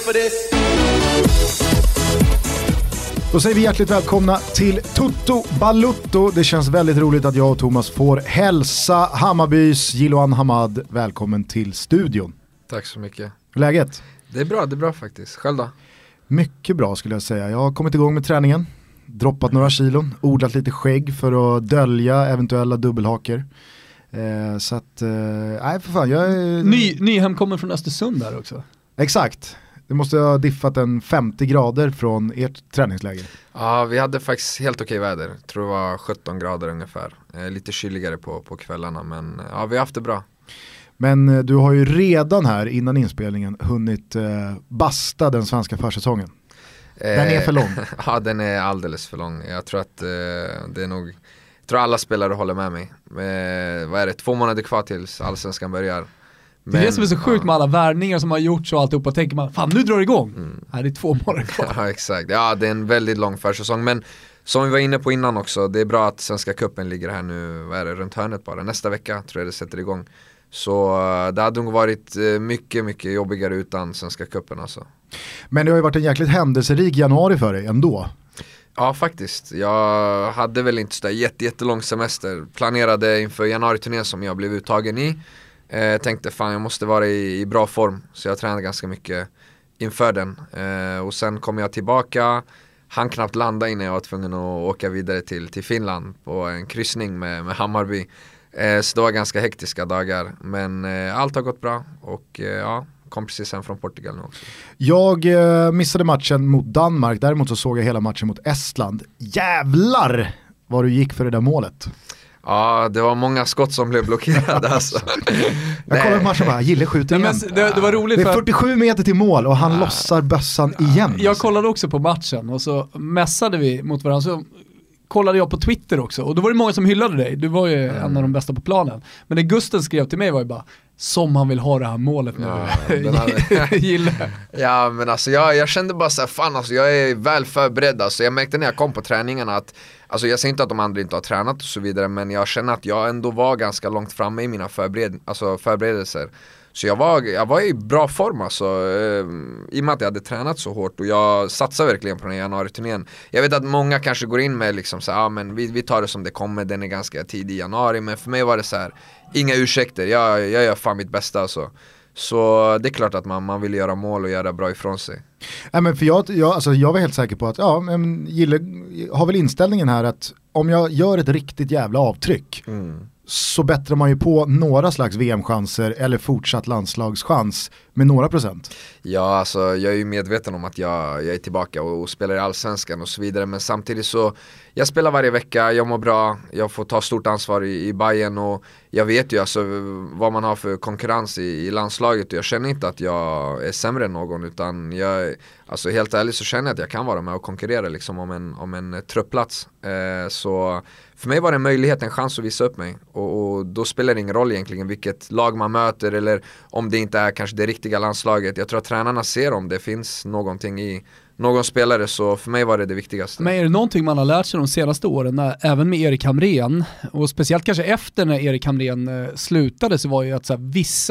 for this? Då säger vi hjärtligt välkomna till Toto Balutto. Det känns väldigt roligt att jag och Thomas får hälsa Hammarbys Jiloan Hamad välkommen till studion. Tack så mycket. Läget? Det är bra faktiskt. Själv då? Mycket bra skulle jag säga. Jag har kommit igång med träningen. Droppat några kilon. Odlat lite skägg för att dölja eventuella dubbelhaker. Så att, nej för fan. Jag är... Ny hemkommen från Östersund där också. Exakt. Det måste ha diffat en 50 grader från ert träningsläger. Ja, vi hade faktiskt helt okej väder. Tror det var 17 grader ungefär. Lite kyligare på kvällarna, men ja, vi har haft det bra. Men du har ju redan här innan inspelningen hunnit basta den svenska försäsongen. Den är för lång. Ja, den är alldeles för lång. Jag tror att det är nog... Jag tror alla spelare håller med mig. Vad är det? 2 månader kvar tills allsvenskan börjar. Det är det som är så sjukt med alla värvningar som har gjorts och alltihopa. Tänker man, fan nu drar det igång. Här är 2 månader kvar. Ja, exakt. Ja, det är en väldigt lång försäsong. Men som vi var inne på innan också, det är bra att Svenska cupen ligger här nu, vad är det, runt hörnet bara. Nästa vecka tror jag det sätter igång. Så det hade nog varit mycket jobbigare utan Svenska cupen alltså. Men det har ju varit en jäkligt händelserik januari för dig ändå. Ja, faktiskt. Jag hade väl inte så jättelång semester. Planerade inför januari-turnén som jag blev uttagen i. Tänkte fan jag måste vara i bra form. Så jag tränade ganska mycket inför den. Och sen kom jag tillbaka. Han knappt landa innan jag var tvungen att åka vidare till Finland på en kryssning med Hammarby. Så det var ganska hektiska dagar. Men allt har gått bra. Och ja, kom precis hem från Portugal nu också. Jag missade matchen mot Danmark. Däremot så såg jag hela matchen mot Estland. Jävlar vad du gick för det där målet. Ja, det var många skott som blev blockerade alltså. Jag kollar på matchen och bara, Gille skjuter igen. Det var roligt. Det är 47 meter till mål och han lossar bössan igen. Jag kollade också på matchen och så mässade vi mot varandra. Så kollade jag på Twitter också och då var det många som hyllade dig. Du var ju en av de bästa på planen. Men det Gusten skrev till mig var ju bara, som han vill ha det här målet nu. Gille. Ja, men alltså jag kände bara så här, fan alltså jag är väl förberedd. Alltså jag märkte när jag kom på träningarna att, alltså jag säger inte att de andra inte har tränat och så vidare, men jag känner att jag ändå var ganska långt framme i mina förberedelser. Så jag var i bra form alltså, i och med att jag hade tränat så hårt och jag satsar verkligen på den här januari-turnén. Jag vet att många kanske går in med liksom så här, men vi tar det som det kommer, den är ganska tidig i januari, men för mig var det så här, inga ursäkter, jag gör fan mitt bästa alltså. Så det är klart att man vill göra mål och göra bra ifrån sig. Ja, men för jag var helt säker på att Gille har väl inställningen här att om jag gör ett riktigt jävla avtryck så bättrar man ju på några slags VM-chanser eller fortsatt landslagschans med några procent. Ja, alltså jag är ju medveten om att jag är tillbaka och spelar i Allsvenskan och så vidare, men samtidigt så jag spelar varje vecka, jag mår bra, jag får ta stort ansvar i Bayern och jag vet ju alltså vad man har för konkurrens i landslaget och jag känner inte att jag är sämre än någon, utan alltså helt ärligt så känner jag att jag kan vara med och konkurrera liksom om en truppplats. Så för mig var det en möjlighet, en chans att visa upp mig och då spelar det ingen roll egentligen vilket lag man möter eller om det inte är kanske det riktiga landslaget. Jag tror att tränarna ser om det finns någonting i någon spelare, så för mig var det viktigaste. Men är det någonting man har lärt sig de senaste åren, även med Erik Hamrén och speciellt kanske efter när Erik Hamrén slutade, så var ju att så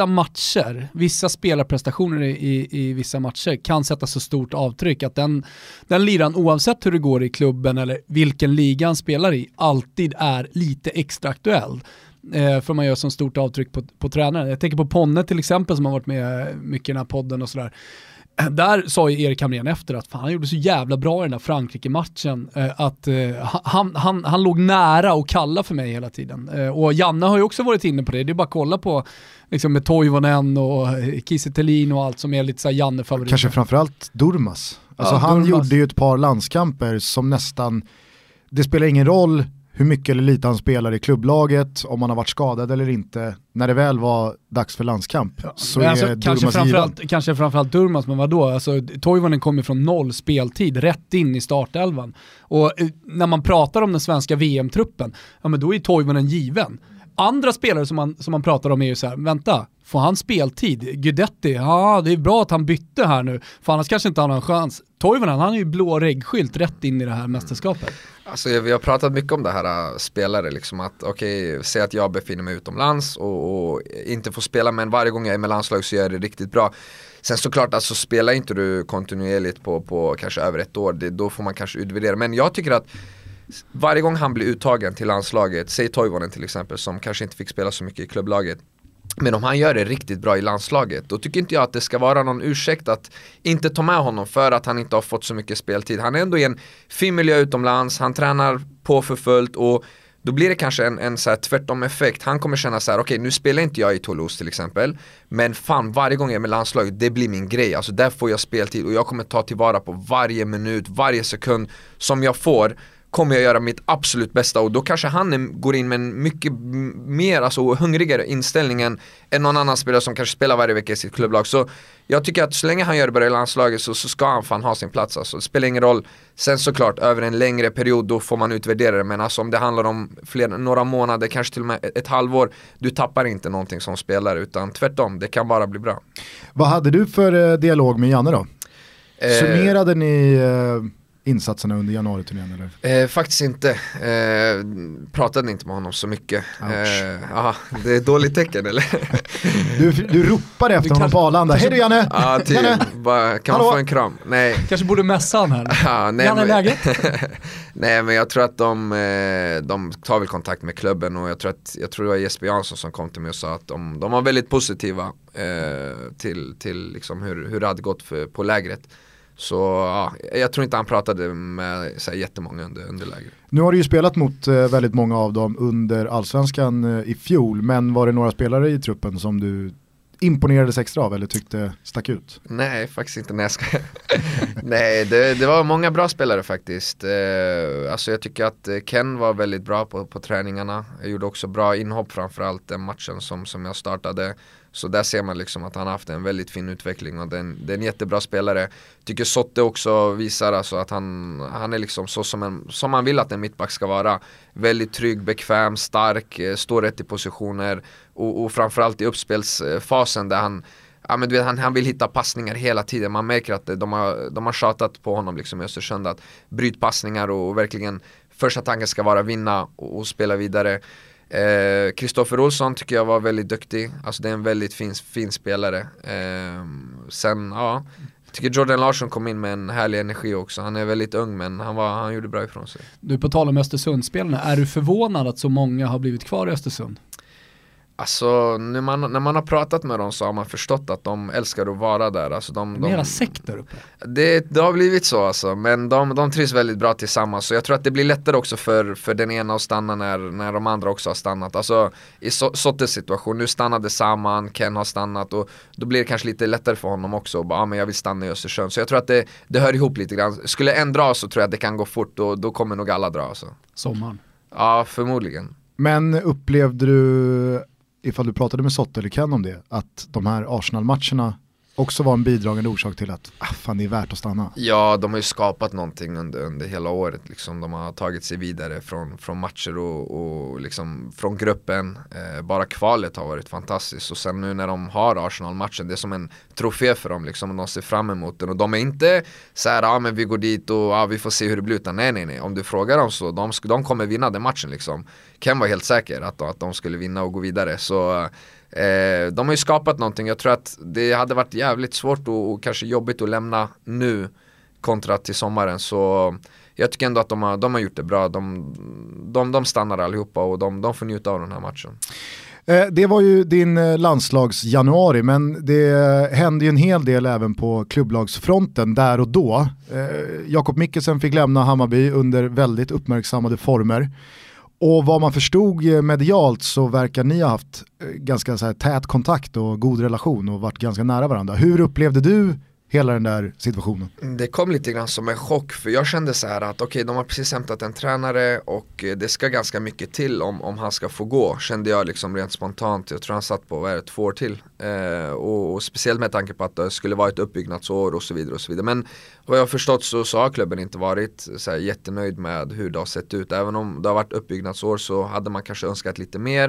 här, vissa spelarprestationer i vissa matcher kan sätta så stort avtryck att den liran, oavsett hur det går i klubben eller vilken liga han spelar i, alltid är lite extra aktuell. För man gör så stort avtryck på tränaren. Jag tänker på Ponne till exempel som har varit med mycket i den här podden och sådär. Där sa ju Erik Hamrén efter att fan, han gjorde så jävla bra i den där Frankrike-matchen att han låg nära och kalla för mig hela tiden. Och Janne har ju också varit inne på det. Det är bara att kolla på liksom, med Toivonen och Kiese Thelin och allt som är lite så här Janne-favorit. Kanske framförallt Durmaz. Alltså han gjorde ju ett par landskamper som nästan, det spelar ingen roll hur mycket eller lite han spelar i klubblaget, om man har varit skadad eller inte, när det väl var dags för landskamp. Så alltså, är Durmaz kanske framförallt Durmaz, men vadå? Alltså, Toivonen kommer från 0 speltid rätt in i startelvan. Och när man pratar om den svenska VM-truppen, ja men då är Toivonen given. Andra spelare som man pratar om är ju så här, vänta, får han speltid? Guidetti, ja det är bra att han bytte här nu, för annars kanske inte han har en chans. Toivonen, han är ju blå reggskylt rätt in i det här mästerskapet. Alltså vi har pratat mycket om det här spelare, liksom att säg att jag befinner mig utomlands och inte får spela, men varje gång jag är med landslag så gör jag det riktigt bra. Sen såklart, alltså spelar inte du kontinuerligt på kanske över ett år, då får man kanske utvärdera. Men jag tycker att varje gång han blir uttagen till landslaget, säg Toivonen till exempel, som kanske inte fick spela så mycket i klubblaget, men om han gör det riktigt bra i landslaget, då tycker inte jag att det ska vara någon ursäkt att inte ta med honom för att han inte har fått så mycket speltid. Han är ändå i en fin miljö utomlands, han tränar på för fullt, och då blir det kanske en så här tvärtom effekt. Han kommer känna så här: okej, nu spelar inte jag i Toulouse till exempel, men fan, varje gång jag är med landslaget, det blir min grej. Alltså där får jag speltid och jag kommer ta tillvara på varje minut, varje sekund som jag får, kommer jag göra mitt absolut bästa. Och då kanske han går in med en mycket mer, alltså hungrigare inställning än någon annan spelare som kanske spelar varje vecka i sitt klubblag. Så jag tycker att så länge han gör det bra i landslaget så ska han fan ha sin plats. Alltså, det spelar ingen roll. Sen såklart, över en längre period då får man utvärdera det. Men alltså, om det handlar om några månader, kanske till och med ett halvår, du tappar inte någonting som spelare, utan tvärtom, det kan bara bli bra. Vad hade du för dialog med Janne då? Summerade ni insatserna under januari-turnén eller? Faktiskt inte. Pratade inte med honom så mycket. Det är dåligt tecken eller? Du ropade efter honom på Arlanda. Hej du Janne! Ja, Janne! Kan man få en kram? Nej. Kanske borde mässa han här. Nej, Janne, läget? Nej, men jag tror att de tar väl kontakt med klubben, och jag tror det var Jesper Jansson som kom till mig och sa att de var väldigt positiva till liksom hur det hade gått på lägret. Så ja, jag tror inte han pratade med så här jättemånga under läger. Nu har du ju spelat mot väldigt många av dem under Allsvenskan i fjol, men var det några spelare i truppen som du imponerades extra av eller tyckte stack ut? Nej, faktiskt inte. Nej, det var många bra spelare faktiskt. Alltså jag tycker att Ken var väldigt bra på träningarna. Jag gjorde också bra inhopp, framförallt den matchen som jag startade. Så där ser man liksom att han har haft en väldigt fin utveckling, och det är en jättebra spelare. Tycker Sotte också visar alltså att han är liksom så som man vill att en mittback ska vara. Väldigt trygg, bekväm, stark, står rätt i positioner, och framförallt i uppspelsfasen där han vill hitta passningar hela tiden. Man märker att de har tjatat på honom liksom i Östersund att bryt passningar, och verkligen första tanken ska vara vinna och spela vidare. Kristoffer Olsson tycker jag var väldigt duktig. Alltså det är en väldigt fin spelare. Sen jag tycker Jordan Larsson kom in med en härlig energi också. Han är väldigt ung, men han gjorde bra ifrån sig. Du, på tal om Östersundsspelarna, är du förvånad att så många har blivit kvar i Östersund? Alltså när man har pratat med dem så har man förstått att de älskar att vara där. Alltså mera sekt där uppe. Det har blivit så alltså, men de trivs väldigt bra tillsammans. Så jag tror att det blir lättare också för den ena att stanna när de andra också har stannat. Alltså i Sottes situation, nu stannade Saman, Ken har stannat, och då blir det kanske lite lättare för honom också. Men jag vill stanna i Östersund. Så jag tror att det hör ihop lite grann. Skulle en dra så tror jag att det kan gå fort, och då kommer nog alla dra alltså. Sommaren? Ja, förmodligen. Men upplevde du, ifall du pratade med Sotte eller Ken om det, att de här Arsenal-matcherna också var en bidragande orsak till att fan, det är värt att stanna? Ja, de har ju skapat någonting under hela året liksom. De har tagit sig vidare från matcher och liksom från gruppen. Bara kvalet har varit fantastiskt, och sen nu när de har Arsenal-matchen, det är som en trofé för dem liksom, och de ser fram emot den, och de är inte så här, men vi går dit och vi får se hur det blir, utan nej, om du frågar dem så de kommer vinna den matchen liksom. Ken var helt säker att de skulle vinna och gå vidare, så de har ju skapat någonting. Jag tror att det hade varit jävligt svårt och kanske jobbigt att lämna nu kontra till sommaren, så jag tycker ändå att de har gjort det bra. De stannar allihopa, och de får njuta av den här matchen. Det var ju din landslagsjanuari, men det hände ju en hel del även på klubblagsfronten där och då. Jakob Mikkelsen fick lämna Hammarby under väldigt uppmärksammade former. Och vad man förstod medialt så verkar ni ha haft ganska så här tät kontakt och god relation och varit ganska nära varandra. Hur upplevde du hela den där situationen? Det kom lite grann som en chock, för jag kände så här att de har precis hämtat en tränare, och det ska ganska mycket till om han ska få gå, kände jag liksom rent spontant. Jag tror han satt på 2 år till, och speciellt med tanke på att det skulle vara ett uppbyggnadsår och så vidare och så vidare. Men vad jag har förstått så har klubben inte varit så här jättenöjd med hur det har sett ut. Även om det har varit uppbyggnadsår så hade man kanske önskat lite mer.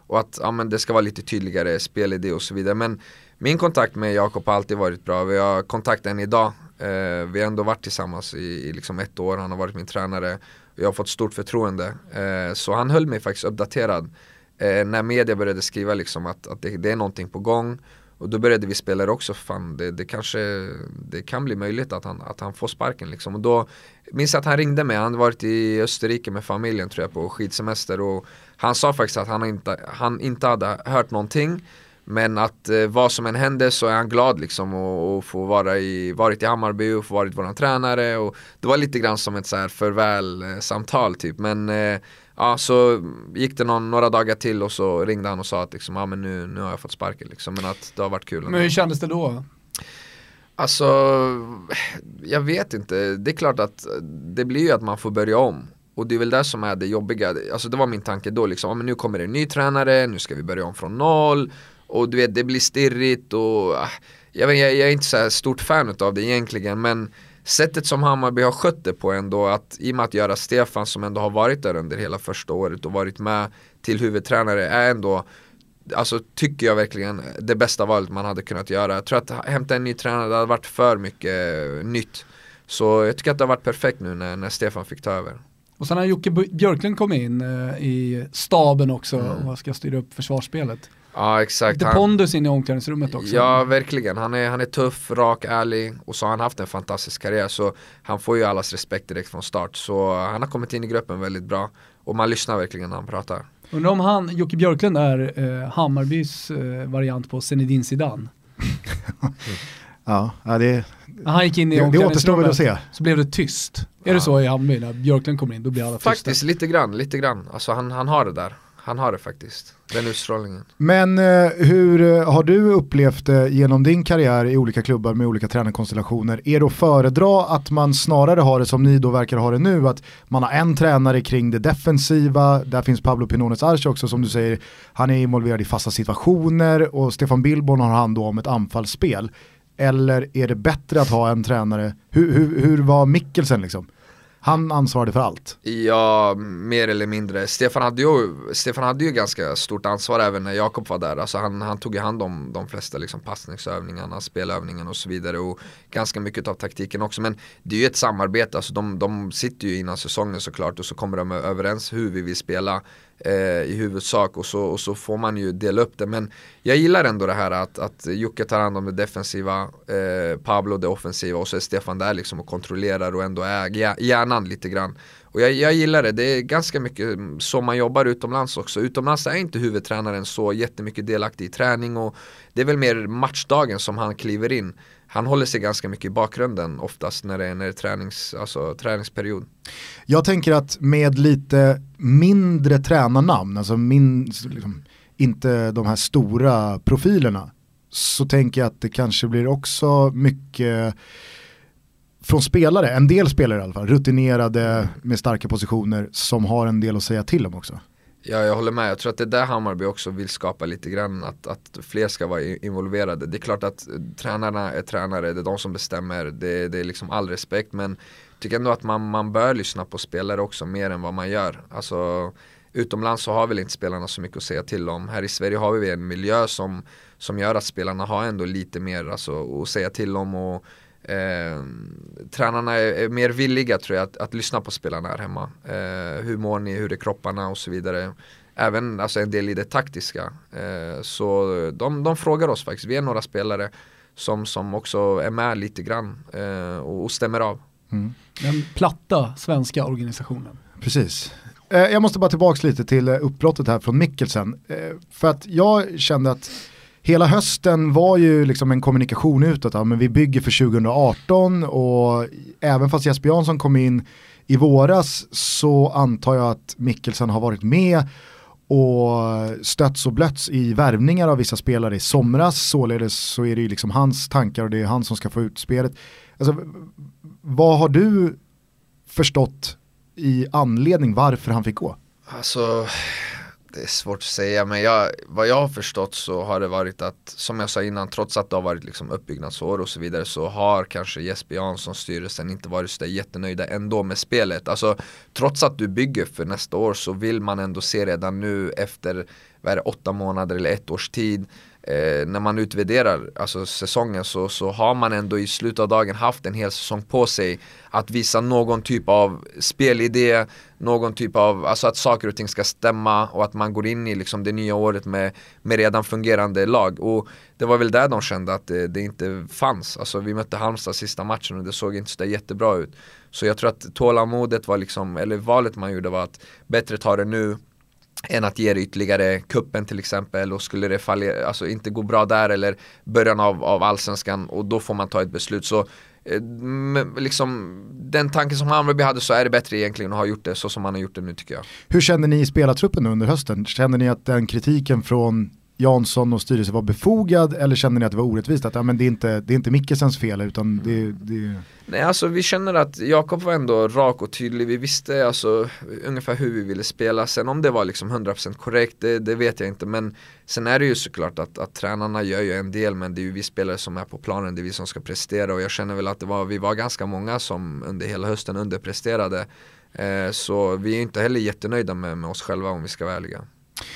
och att men det ska vara lite tydligare spelidé och så vidare. Men min kontakt med Jakob har alltid varit bra. Vi har kontakt än idag. Vi har ändå varit tillsammans i liksom 1 år. Han har varit min tränare. Jag har fått stort förtroende. Så han höll mig faktiskt uppdaterad. När media började skriva liksom att det är någonting på gång. Och då började vi spela också. Fan, det kan bli möjligt att han får sparken liksom. Och då minns jag att han ringde mig. Han hade varit i Österrike med familjen tror jag på skidsemester. Och han sa faktiskt att han inte hade hört någonting. Men att vad som än hände så är han glad liksom och få varit i Hammarby och få varit våran tränare. Och det var lite grann som ett så här farväl-samtal typ. Men så gick det några dagar till och så ringde han och sa att liksom, men nu har jag fått sparken liksom. Men att det har varit kul. Men hur kändes det då? Alltså, jag vet inte. Det är klart att det blir ju att man får börja om. Och det är väl det som är det jobbiga. Alltså det var min tanke då liksom, men nu kommer det en ny tränare, nu ska vi börja om från noll. Och du vet, det blir stirrigt och jag är inte så här stort fan av det egentligen, men sättet som Hammarby har skött det på ändå, att i och med att göra Stefan som ändå har varit där under hela första året och varit med till huvudtränare är ändå, alltså tycker jag verkligen det bästa valet man hade kunnat göra. Jag tror att hämta en ny tränare, det hade varit för mycket nytt. Så jag tycker att det har varit perfekt nu när Stefan fick ta över. Och sen har Jocke Björklund kommit in i staben också och ska styra upp försvarsspelet. Ja, exakt. Lite pondus in i omklädningsrummet också. Ja, verkligen. Han är tuff, rak, ärlig och så har han haft en fantastisk karriär, så han får ju allas respekt direkt från start. Så han har kommit in i gruppen väldigt bra och man lyssnar verkligen när han pratar. Undrar om Jocke Björklund är Hammarbys variant på Zinedine Zidane. Ja, det han gick in i det återstår väl att se. Så blev det tyst. Är det så i Hammarby när Björklund kommer in, då blir alla tysta? Faktiskt lite grann. Alltså han har det där. Han har det faktiskt, den utstrålningen. Men hur har du upplevt det genom din karriär i olika klubbar med olika tränarkonstellationer? Är det att föredra att man snarare har det som ni då verkar ha det nu, att man har en tränare kring det defensiva, där finns Pablo Pinones Arce också som du säger, han är involverad i fasta situationer och Stefan Billborn har hand om ett anfallsspel. Eller är det bättre att ha en tränare, hur var Mikkelsen liksom? Han ansvarade för allt. Ja, mer eller mindre. Stefan hade ju ganska stort ansvar även när Jakob var där. Alltså han tog ju hand om de flesta liksom passningsövningarna, spelövningarna och så vidare. Och ganska mycket av taktiken också. Men det är ju ett samarbete. Alltså de sitter ju innan säsongen såklart. Och så kommer de överens hur vi vill spela i huvudsak. Och så får man ju dela upp det. Men jag gillar ändå det här att Jocke tar hand om det defensiva, Pablo det offensiva. Och så är Stefan där liksom och kontrollerar och ändå är hjärnan lite grann. Och jag gillar det. Det är ganska mycket så man jobbar utomlands också. Utomlands är inte huvudtränaren så jättemycket delaktig i träning. Och det är väl mer matchdagen som han kliver in. Han håller sig ganska mycket i bakgrunden oftast när det är träningsperiod. Jag tänker att med lite mindre tränarnamn, alltså liksom, inte de här stora profilerna, så tänker jag att det kanske blir också mycket från spelare, en del spelare i alla fall, rutinerade med starka positioner som har en del att säga till om också. Ja, jag håller med. Jag tror att det där Hammarby också vill skapa lite grann, att fler ska vara involverade. Det är klart att tränarna är tränare, det är de som bestämmer, det är liksom all respekt, men jag tycker ändå att man bör lyssna på spelare också mer än vad man gör. Alltså utomlands så har väl inte spelarna så mycket att säga till om. Här i Sverige har vi en miljö som gör att spelarna har ändå lite mer alltså, att säga till om, och tränarna är mer villiga tror jag att lyssna på spelarna här hemma. Hur mår ni, hur är kropparna och så vidare. Även alltså, en del i det taktiska. Så de frågar oss faktiskt. Vi är några spelare som också är med lite grann och stämmer av. Den platta svenska organisationen. Precis. Jag måste bara tillbaka lite till uppbrottet här från Mikkelsen. För att jag kände att hela hösten var ju liksom en kommunikation utåt. Men vi bygger för 2018, och även fast Jesper Jansson kom in i våras så antar jag att Mikkelsen har varit med och stötts och blötts i värvningar av vissa spelare i somras. Således så är det ju liksom hans tankar och det är han som ska få ut spelet. Alltså, vad har du förstått i anledning varför han fick gå? Alltså, Det är svårt att säga, men vad jag har förstått så har det varit att, som jag sa innan, trots att det har varit liksom uppbyggnadsår och så vidare, så har kanske Jesper Jansson, styrelsen, inte varit så jättenöjda ändå med spelet. Alltså trots att du bygger för nästa år så vill man ändå se redan nu efter 8 månader eller 1 års tid, när man utvärderar alltså säsongen, så har man ändå i slutet av dagen haft en hel säsong på sig att visa någon typ av spelidé, någon typ av, alltså att saker och ting ska stämma och att man går in i liksom det nya året med redan fungerande lag. Och det var väl där de kände att det inte fanns. Alltså vi mötte Halmstad sista matchen och det såg inte så där jättebra ut. Så jag tror att tålamodet var liksom, eller valet man gjorde var att bättre ta det nu än att ge det ytterligare kuppen till exempel, och skulle det fallera, alltså inte gå bra där eller början av allsvenskan, och då får man ta ett beslut. Så liksom den tanken som Hammarby hade, så är det bättre egentligen att ha gjort det så som man har gjort det nu, tycker jag. Hur kände ni i spelartruppen under hösten? Kände ni att den kritiken från Jansson och styrelsen var befogad, eller kände ni att det var orättvist, att men det är inte Mikkelsens fel utan det... Nej, alltså vi känner att Jakob var ändå rak och tydlig. Vi visste alltså ungefär hur vi ville spela. Sen om det var liksom 100% korrekt, det vet jag inte. Men sen är det ju såklart att tränarna gör ju en del, men det är ju vi spelare som är på planen, det är vi som ska prestera. Och jag känner väl att vi var ganska många som under hela hösten underpresterade. Så vi är inte heller jättenöjda med oss själva, om vi ska vara ärliga.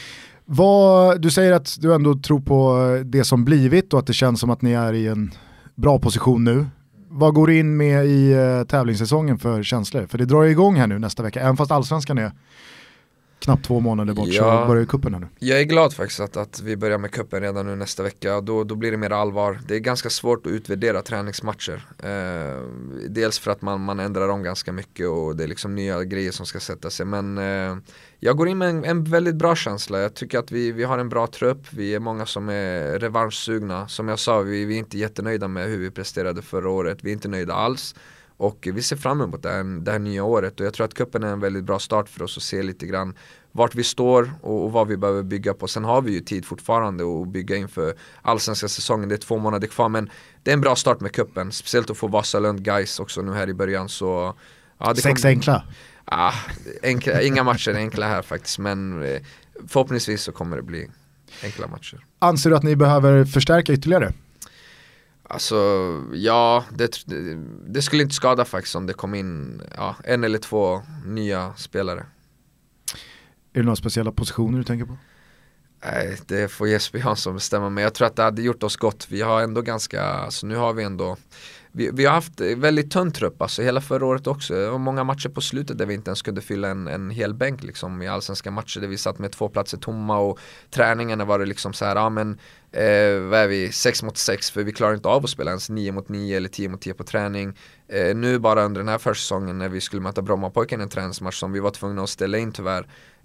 Du säger att du ändå tror på det som blivit och att det känns som att ni är i en bra position nu. Vad går du in med i tävlingssäsongen för känslor? För det drar igång här nu nästa vecka, även fast allsvenskan är knappt 2 månader bort, så börjar kuppen här nu. Jag är glad faktiskt att vi börjar med kuppen redan nu nästa vecka. Då blir det mer allvar. Det är ganska svårt att utvärdera träningsmatcher. Dels för att man ändrar om ganska mycket och det är liksom nya grejer som ska sätta sig. Men jag går in med en väldigt bra känsla. Jag tycker att vi har en bra trupp. Vi är många som är revanschsugna. Som jag sa, vi är inte jättenöjda med hur vi presterade förra året. Vi är inte nöjda alls. Och vi ser fram emot det här nya året, och jag tror att kuppen är en väldigt bra start för oss att se lite grann vart vi står och vad vi behöver bygga på. Sen har vi ju tid fortfarande att bygga inför allsvenska säsongen. Det är 2 månader kvar, men det är en bra start med kuppen. Speciellt att få Vasalund Guys också nu här i början. Så, ja, 6 enkla? Inga matcher är enkla här faktiskt, men förhoppningsvis så kommer det bli enkla matcher. Anser du att ni behöver förstärka ytterligare? Alltså, ja, det skulle inte skada faktiskt om det kom in 1 eller 2 nya spelare. Är det några speciella positioner du tänker på? Nej, det får Jesper Jansson bestämma, men jag tror att det hade gjort oss gott. Vi har ändå nu har vi ändå vi har haft väldigt tunn trupp, alltså hela förra året också, och många matcher på slutet där vi inte ens kunde fylla en hel bänk liksom, i allsvenska matcher där vi satt med 2 platser tomma, och träningarna var det liksom så här, vad är vi, 6 mot 6, för vi klarar inte av att spela ens 9 mot 9 eller 10 mot 10 på träning. Nu bara under den här försäsongen när vi skulle möta Brommapojken, en träningsmatch som vi var tvungna att ställa in tyvärr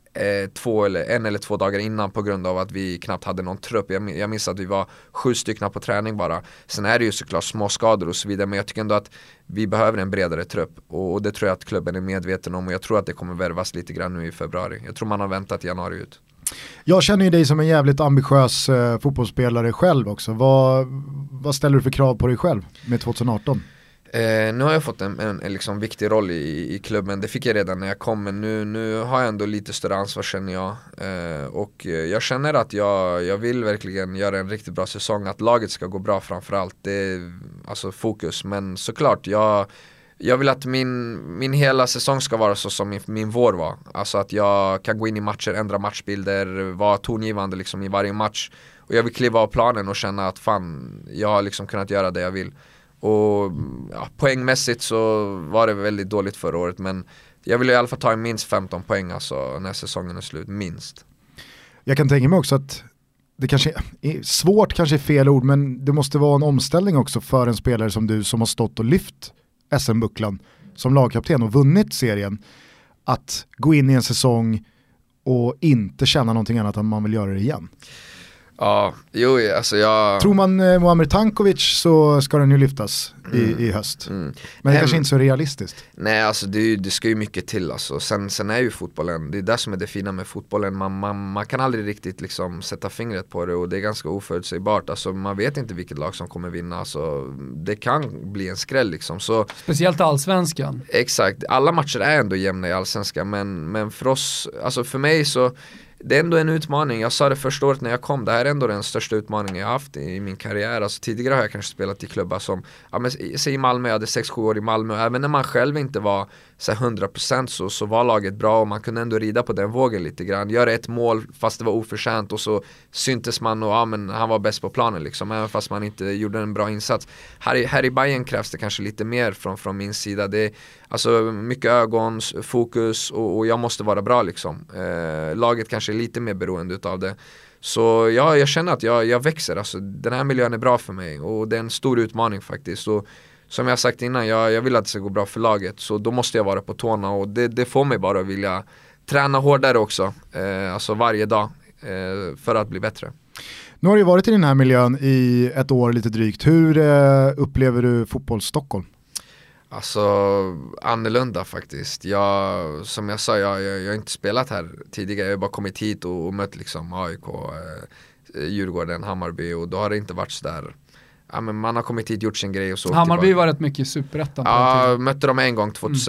1 eller 2 dagar innan på grund av att vi knappt hade någon trupp. Jag minns att vi var 7 stycken på träning bara. Sen är det ju såklart små skador och så vidare, men jag tycker ändå att vi behöver en bredare trupp, och det tror jag att klubben är medveten om, och jag tror att det kommer värvas lite grann nu i februari. Jag tror man har väntat januari ut. Jag känner ju dig som en jävligt ambitiös fotbollsspelare själv också. Vad ställer du för krav på dig själv med 2018? Nu har jag fått en liksom viktig roll i klubben. Det fick jag redan när jag kom, men nu har jag ändå lite större ansvar, känner jag. Och jag känner att jag vill verkligen göra en riktigt bra säsong. Att laget ska gå bra framförallt. Det är alltså fokus. Men såklart, jag vill att min hela säsong ska vara så som min vår var. Alltså att jag kan gå in i matcher, ändra matchbilder, vara tongivande liksom i varje match. Och jag vill kliva av planen och känna att jag har liksom kunnat göra det jag vill. Och poängmässigt så var det väldigt dåligt förra året, men jag vill i alla fall ta minst 15 poäng alltså när säsongen är slut, minst. Jag kan tänka mig också att det kanske är svårt, kanske är fel ord, men det måste vara en omställning också för en spelare som du, som har stått och lyft SM-bucklan som lagkapten och vunnit serien, att gå in i en säsong och inte känna någonting annat än man vill göra det igen. Ja, alltså Tror man Muamer Tankovic så ska den ju lyftas i höst. Men det kanske inte så realistiskt. Nej, alltså det ska ju mycket till alltså. Sen är ju fotbollen, det är det som är det fina med fotbollen. Man kan aldrig riktigt liksom sätta fingret på det, och det är ganska oförutsägbart. Alltså man vet inte vilket lag som kommer vinna. Alltså, det kan bli en skräll liksom. Så, speciellt allsvenskan. Exakt, alla matcher är ändå jämna i allsvenskan, men för oss, alltså för mig så det är ändå en utmaning. Jag sa det första året när jag kom, det här är ändå den största utmaningen jag haft i min karriär. Alltså, tidigare har jag kanske spelat i klubbar som, säg i Malmö, jag hade 6-7 år i Malmö. Även när man själv inte var så 100% så var laget bra och man kunde ändå rida på den vågen lite grann. Göra ett mål fast det var oförtjänt och så syntes man och men han var bäst på planen liksom, även fast man inte gjorde en bra insats. Här i Bayern krävs det kanske lite mer från min sida. Det är alltså mycket ögon, fokus och jag måste vara bra liksom. Laget kanske är lite mer beroende utav det. Så jag känner att jag växer. Alltså, den här miljön är bra för mig och det är en stor utmaning faktiskt. Och som jag sagt innan, jag vill att det ska gå bra för laget, så då måste jag vara på tårna och det får mig bara att vilja träna hårdare också, alltså varje dag, för att bli bättre. Nu har du varit i den här miljön i ett år lite drygt. Hur upplever du fotboll-Stockholm? Alltså annorlunda faktiskt. Som jag sa, jag har inte spelat här tidigare. Jag har bara kommit hit och mött liksom AIK, Djurgården, Hammarby, och då har det inte varit så där. Ja, men man har kommit hit, gjort sin grej och så. Hammarby var rätt mycket Superettan. Ja, mötte dem en gång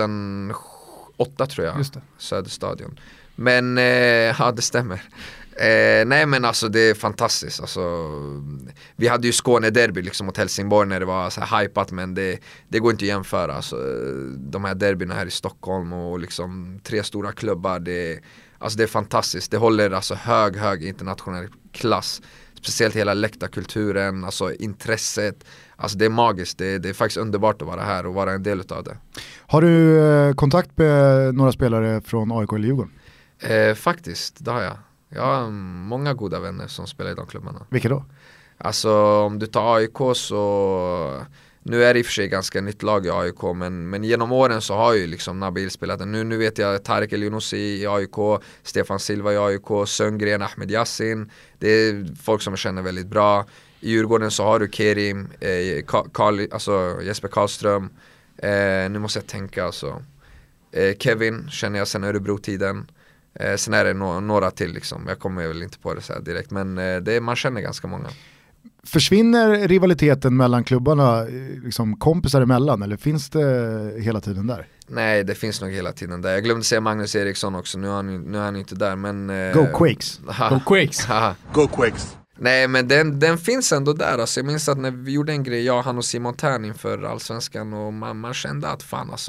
2008 tror jag. Just det. Söderstadion. Men ja, det stämmer. Nej men alltså det är fantastiskt alltså, vi hade ju Skåne-derby liksom mot Helsingborg när det var så här hypat, men det går inte att jämföra alltså, de här derbyna här i Stockholm och liksom 3 stora klubbar, det är fantastiskt, det håller alltså hög internationell klass, speciellt hela läktarkulturen, alltså intresset, alltså det är magiskt, det är faktiskt underbart att vara här och vara en del av det. Har du kontakt med några spelare från AIK eller Djurgården? Faktiskt, det har jag. Jag har många goda vänner som spelar i de klubbarna. Vilka då? Alltså om du tar AIK så, nu är det i och för sig ganska nytt lag i AIK, men genom åren så har ju liksom Nabil spelat. Nu vet jag Tarek El Younoussi i AIK, Stefan Silva i AIK, Söngren, Ahmed Yassin. Det är folk som jag känner väldigt bra. I Djurgården så har du Kerim, alltså Jesper Karlström. Nu måste jag tänka alltså. Kevin känner jag sen Örebro-tiden. Sen är det några till liksom. Jag kommer väl inte på det så här direkt, men man känner ganska många. Försvinner rivaliteten mellan klubbarna liksom kompisar emellan, eller finns det hela tiden där? Nej, det finns nog hela tiden där. Jag glömde säga Magnus Eriksson också, nu är han inte där, men Go Quakes. Go Quakes. Go Quakes. Nej, men den finns ändå där. Alltså, jag minns att när vi gjorde en grej, jag, han och Simon Tern inför Allsvenskan, och man kände att fan alltså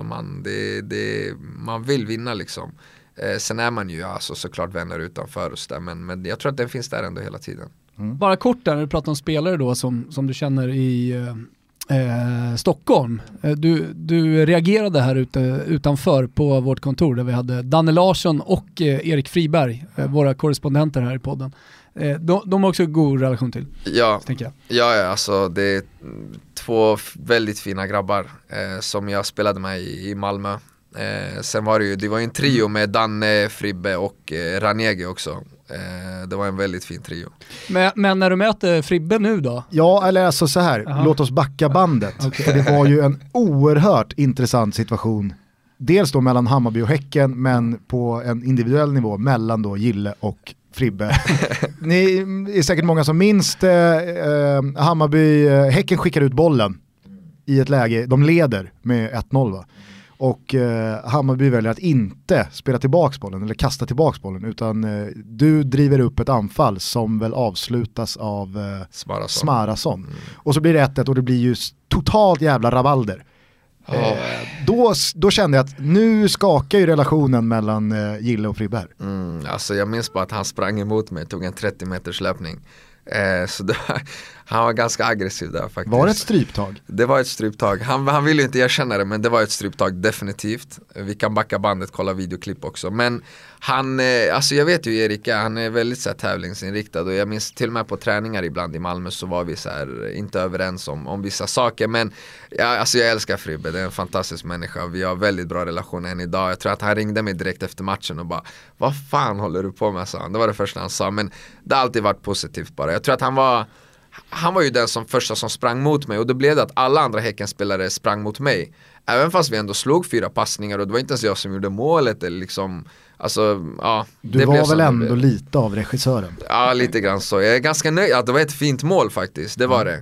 man vill vinna liksom. Sen är man ju alltså såklart vänner utanför och så där, men jag tror att den finns där ändå hela tiden. Bara kort där, när du pratar om spelare då som du känner i Stockholm. Du reagerade här utanför på vårt kontor där vi hade Danne Larsson och Erik Friberg, våra korrespondenter här i podden. De har också god relation till. Ja, tänker jag. Ja, alltså det är 2 väldigt fina grabbar som jag spelade med i Malmö. Sen var det var ju en trio med Danne, Fribbe och Ranege också. Det var en väldigt fin trio. Men när du möter Fribbe nu då? Ja, eller alltså så här, låt oss backa bandet. Okay. För det var ju en oerhört intressant situation. Dels då mellan Hammarby och Häcken, men på en individuell nivå mellan då Gille och Fribbe. Ni är säkert många som minns Hammarby, Häcken skickar ut bollen i ett läge, de leder med 1-0 va? Och Hammarby väljer att inte spela tillbaks bollen eller kasta tillbaks bollen, utan du driver upp ett anfall som väl avslutas av Smarason. Och så blir det 1-1 och det blir ju totalt jävla rabalder. Då kände jag att nu skakar ju relationen mellan Gille och Fribbe här. Alltså jag minns bara att han sprang emot mig, tog en 30 meters löpning. Så han var ganska aggressiv där faktiskt. Var det ett stryptag? Det var ett stryptag. Han ville inte erkänna det, men det var ett stryptag definitivt. Vi kan backa bandet, kolla videoklipp också. Men han, alltså jag vet ju Erika, han är väldigt så här tävlingsinriktad, och jag minns till och med på träningar ibland i Malmö så var vi så här inte överens om vissa saker, men alltså jag älskar Fribbe, det är en fantastisk människa. Vi har väldigt bra relation än idag. Jag tror att han ringde mig direkt efter matchen och bara, vad fan håller du på med, sa han. Det var det första han sa, men det har alltid varit positivt bara. Jag tror att han var ju den första som sprang mot mig, och då blev det att alla andra Häckenspelare sprang mot mig. Även fast vi ändå slog 4 passningar och det var inte ens jag som gjorde målet eller liksom, alltså, ja. Du var väl ändå lite av regissören? Ja, lite grann så. Jag är ganska nöjd, det var ett fint mål faktiskt, det var det.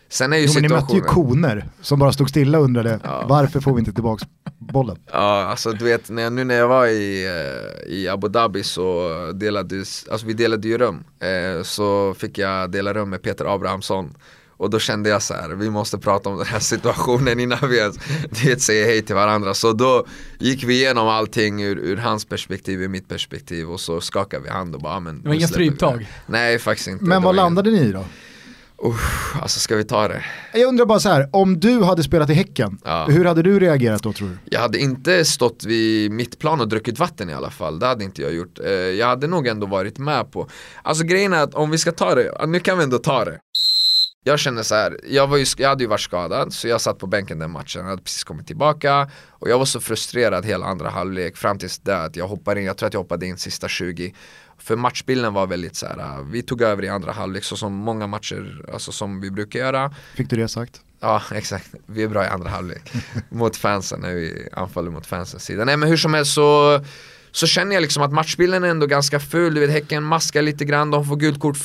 Sen är ju men ni mötte ju situationen... koner som bara stod stilla och undrade varför får vi inte tillbaka bollen? Ja, alltså du vet, när jag var i Abu Dhabi så vi delade ju rum. Så fick jag dela rum med Peter Abrahamsson. Och då kände jag så här, vi måste prata om den här situationen innan vi ens säger hej till varandra. Så då gick vi igenom allting ur hans perspektiv, ur mitt perspektiv. Och så skakade vi hand och bara, men... Det var inga stryptag? Nej, faktiskt inte. Men vad landade ni i då? Alltså ska vi ta det? Jag undrar bara så här, om du hade spelat i Häcken, hur hade du reagerat då tror du? Jag hade inte stått vid mittplan och druckit vatten i alla fall. Det hade inte jag gjort. Jag hade nog ändå varit med på. Alltså grejen är att om vi ska ta det, nu kan vi ändå ta det. Jag känner så här, jag hade ju varit skadad, så jag satt på bänken den matchen. Jag hade precis kommit tillbaka och jag var så frustrerad hela andra halvlek fram tills det att jag hoppade in. Jag tror att jag hoppade in sista 20. För matchbilden var väldigt så här, vi tog över i andra halvlek så som många matcher, alltså som vi brukar göra. Fick du det sagt? Ja, exakt. Vi är bra i andra halvlek mot fansen, när vi anfaller mot fansens sida. Nej, men hur som helst så känner jag liksom att matchbilden är ändå ganska full. Du vet, Häcken maskar lite grann, de får gult kort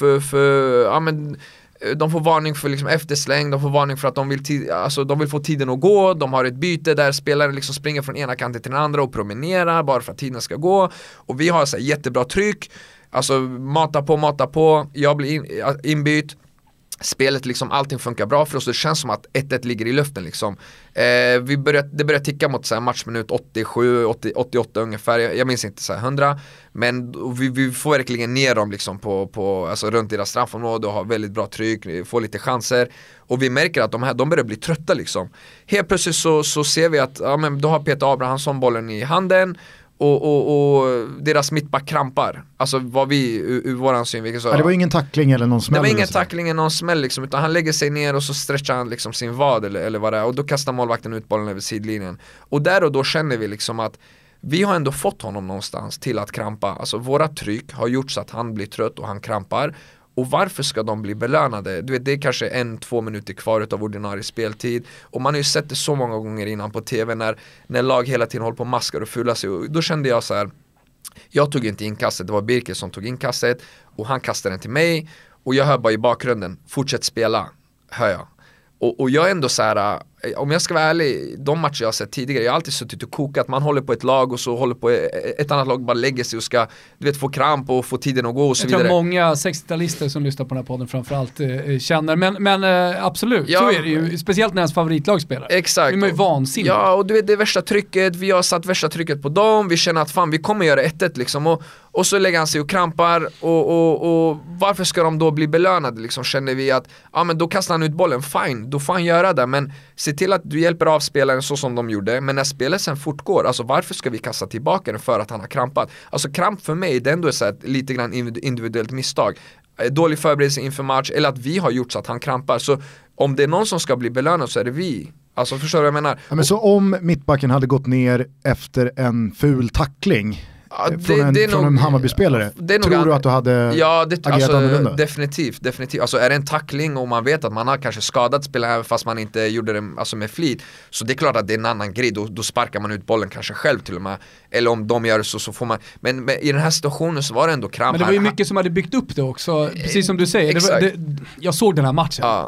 de får varning för liksom eftersläng, de får varning för att de vill få tiden att gå. De har ett byte där spelare liksom springer från ena kanten till den andra och promenerar bara för att tiden ska gå. Och vi har så här jättebra tryck, alltså mata på, jag blir inbytt. Spelet liksom, allting funkar bra för oss. Det känns som att 1-1 ligger i luften liksom. Det börjar ticka mot så här, matchminut 87, 88 ungefär. Jag minns inte så här 100. Men vi får verkligen ner dem liksom på alltså runt deras straffområde och har väldigt bra tryck, får lite chanser. Och vi märker att de börjar bli trötta liksom. Helt plötsligt så ser vi att då har Peter Abrahamsson bollen i handen. Och deras mittback krampar. Alltså vad vi ur våran synvinkel så. Det var ingen tackling eller någon smäll. Det var ingen tackling eller någon smäll liksom, utan han lägger sig ner och så stretchar han liksom sin vad eller vad det är. Och då kastar målvakten ut bollen över sidlinjen. Och där och då känner vi liksom att vi har ändå fått honom någonstans till att krampa. Alltså våra tryck har gjort så att han blir trött och han krampar. Och varför ska de bli belönade? Du vet, det är kanske 1-2 minuter kvar av ordinarie speltid. Och man har ju sett det så många gånger innan på tv när lag hela tiden håller på och maskar och fular sig. Och då kände jag så här, jag tog inte inkastet, det var Birker som tog inkastet. Och han kastade den till mig. Och jag hör bara i bakgrunden, fortsätt spela, hör jag. Och jag är ändå så här, om jag ska vara ärlig, de matcher jag har sett tidigare, jag har alltid suttit och kokat, man håller på ett lag och så håller på ett annat lag bara lägger sig och ska, du vet, få kramp och få tiden att gå och så vidare. Jag tror många 60-talister som lyssnar på den här podden framförallt känner, men absolut, så är det ju, speciellt när ens favoritlag spelar. Exakt. Det är ju vansinnigt. Ja, och du vet, det är värsta trycket, vi har satt värsta trycket på dem, vi känner att fan, vi kommer göra 1-1 liksom, och så lägger han sig och krampar och varför ska de då bli belönade liksom, känner vi att, men då kastar han ut bollen, fine, då får han göra det, men se till att du hjälper av spelaren så som de gjorde. Men när spelet sen fortgår, alltså varför ska vi kasta tillbaka den för att han har krampat? Alltså kramp för mig, det är ändå så här, lite grann individuellt misstag, dålig förberedelse inför match, eller att vi har gjort så att han krampar. Så om det är någon som ska bli belönad så är det vi. Alltså förstår du vad jag menar? Ja, men så om mittbacken hade gått ner efter en ful tackling från en Hammarby-spelare, tror du att du hade agerat annorlunda? Definitivt. Alltså är det en tackling och man vet att man har kanske skadat spelaren fast man inte gjorde det alltså med flit, så det är klart att det är en annan grej, då sparkar man ut bollen kanske själv till och med, eller om de gör så får man, men i den här situationen så var det ändå kramp. Men det var ju mycket som hade byggt upp det också, precis som du säger. Jag såg den här matchen,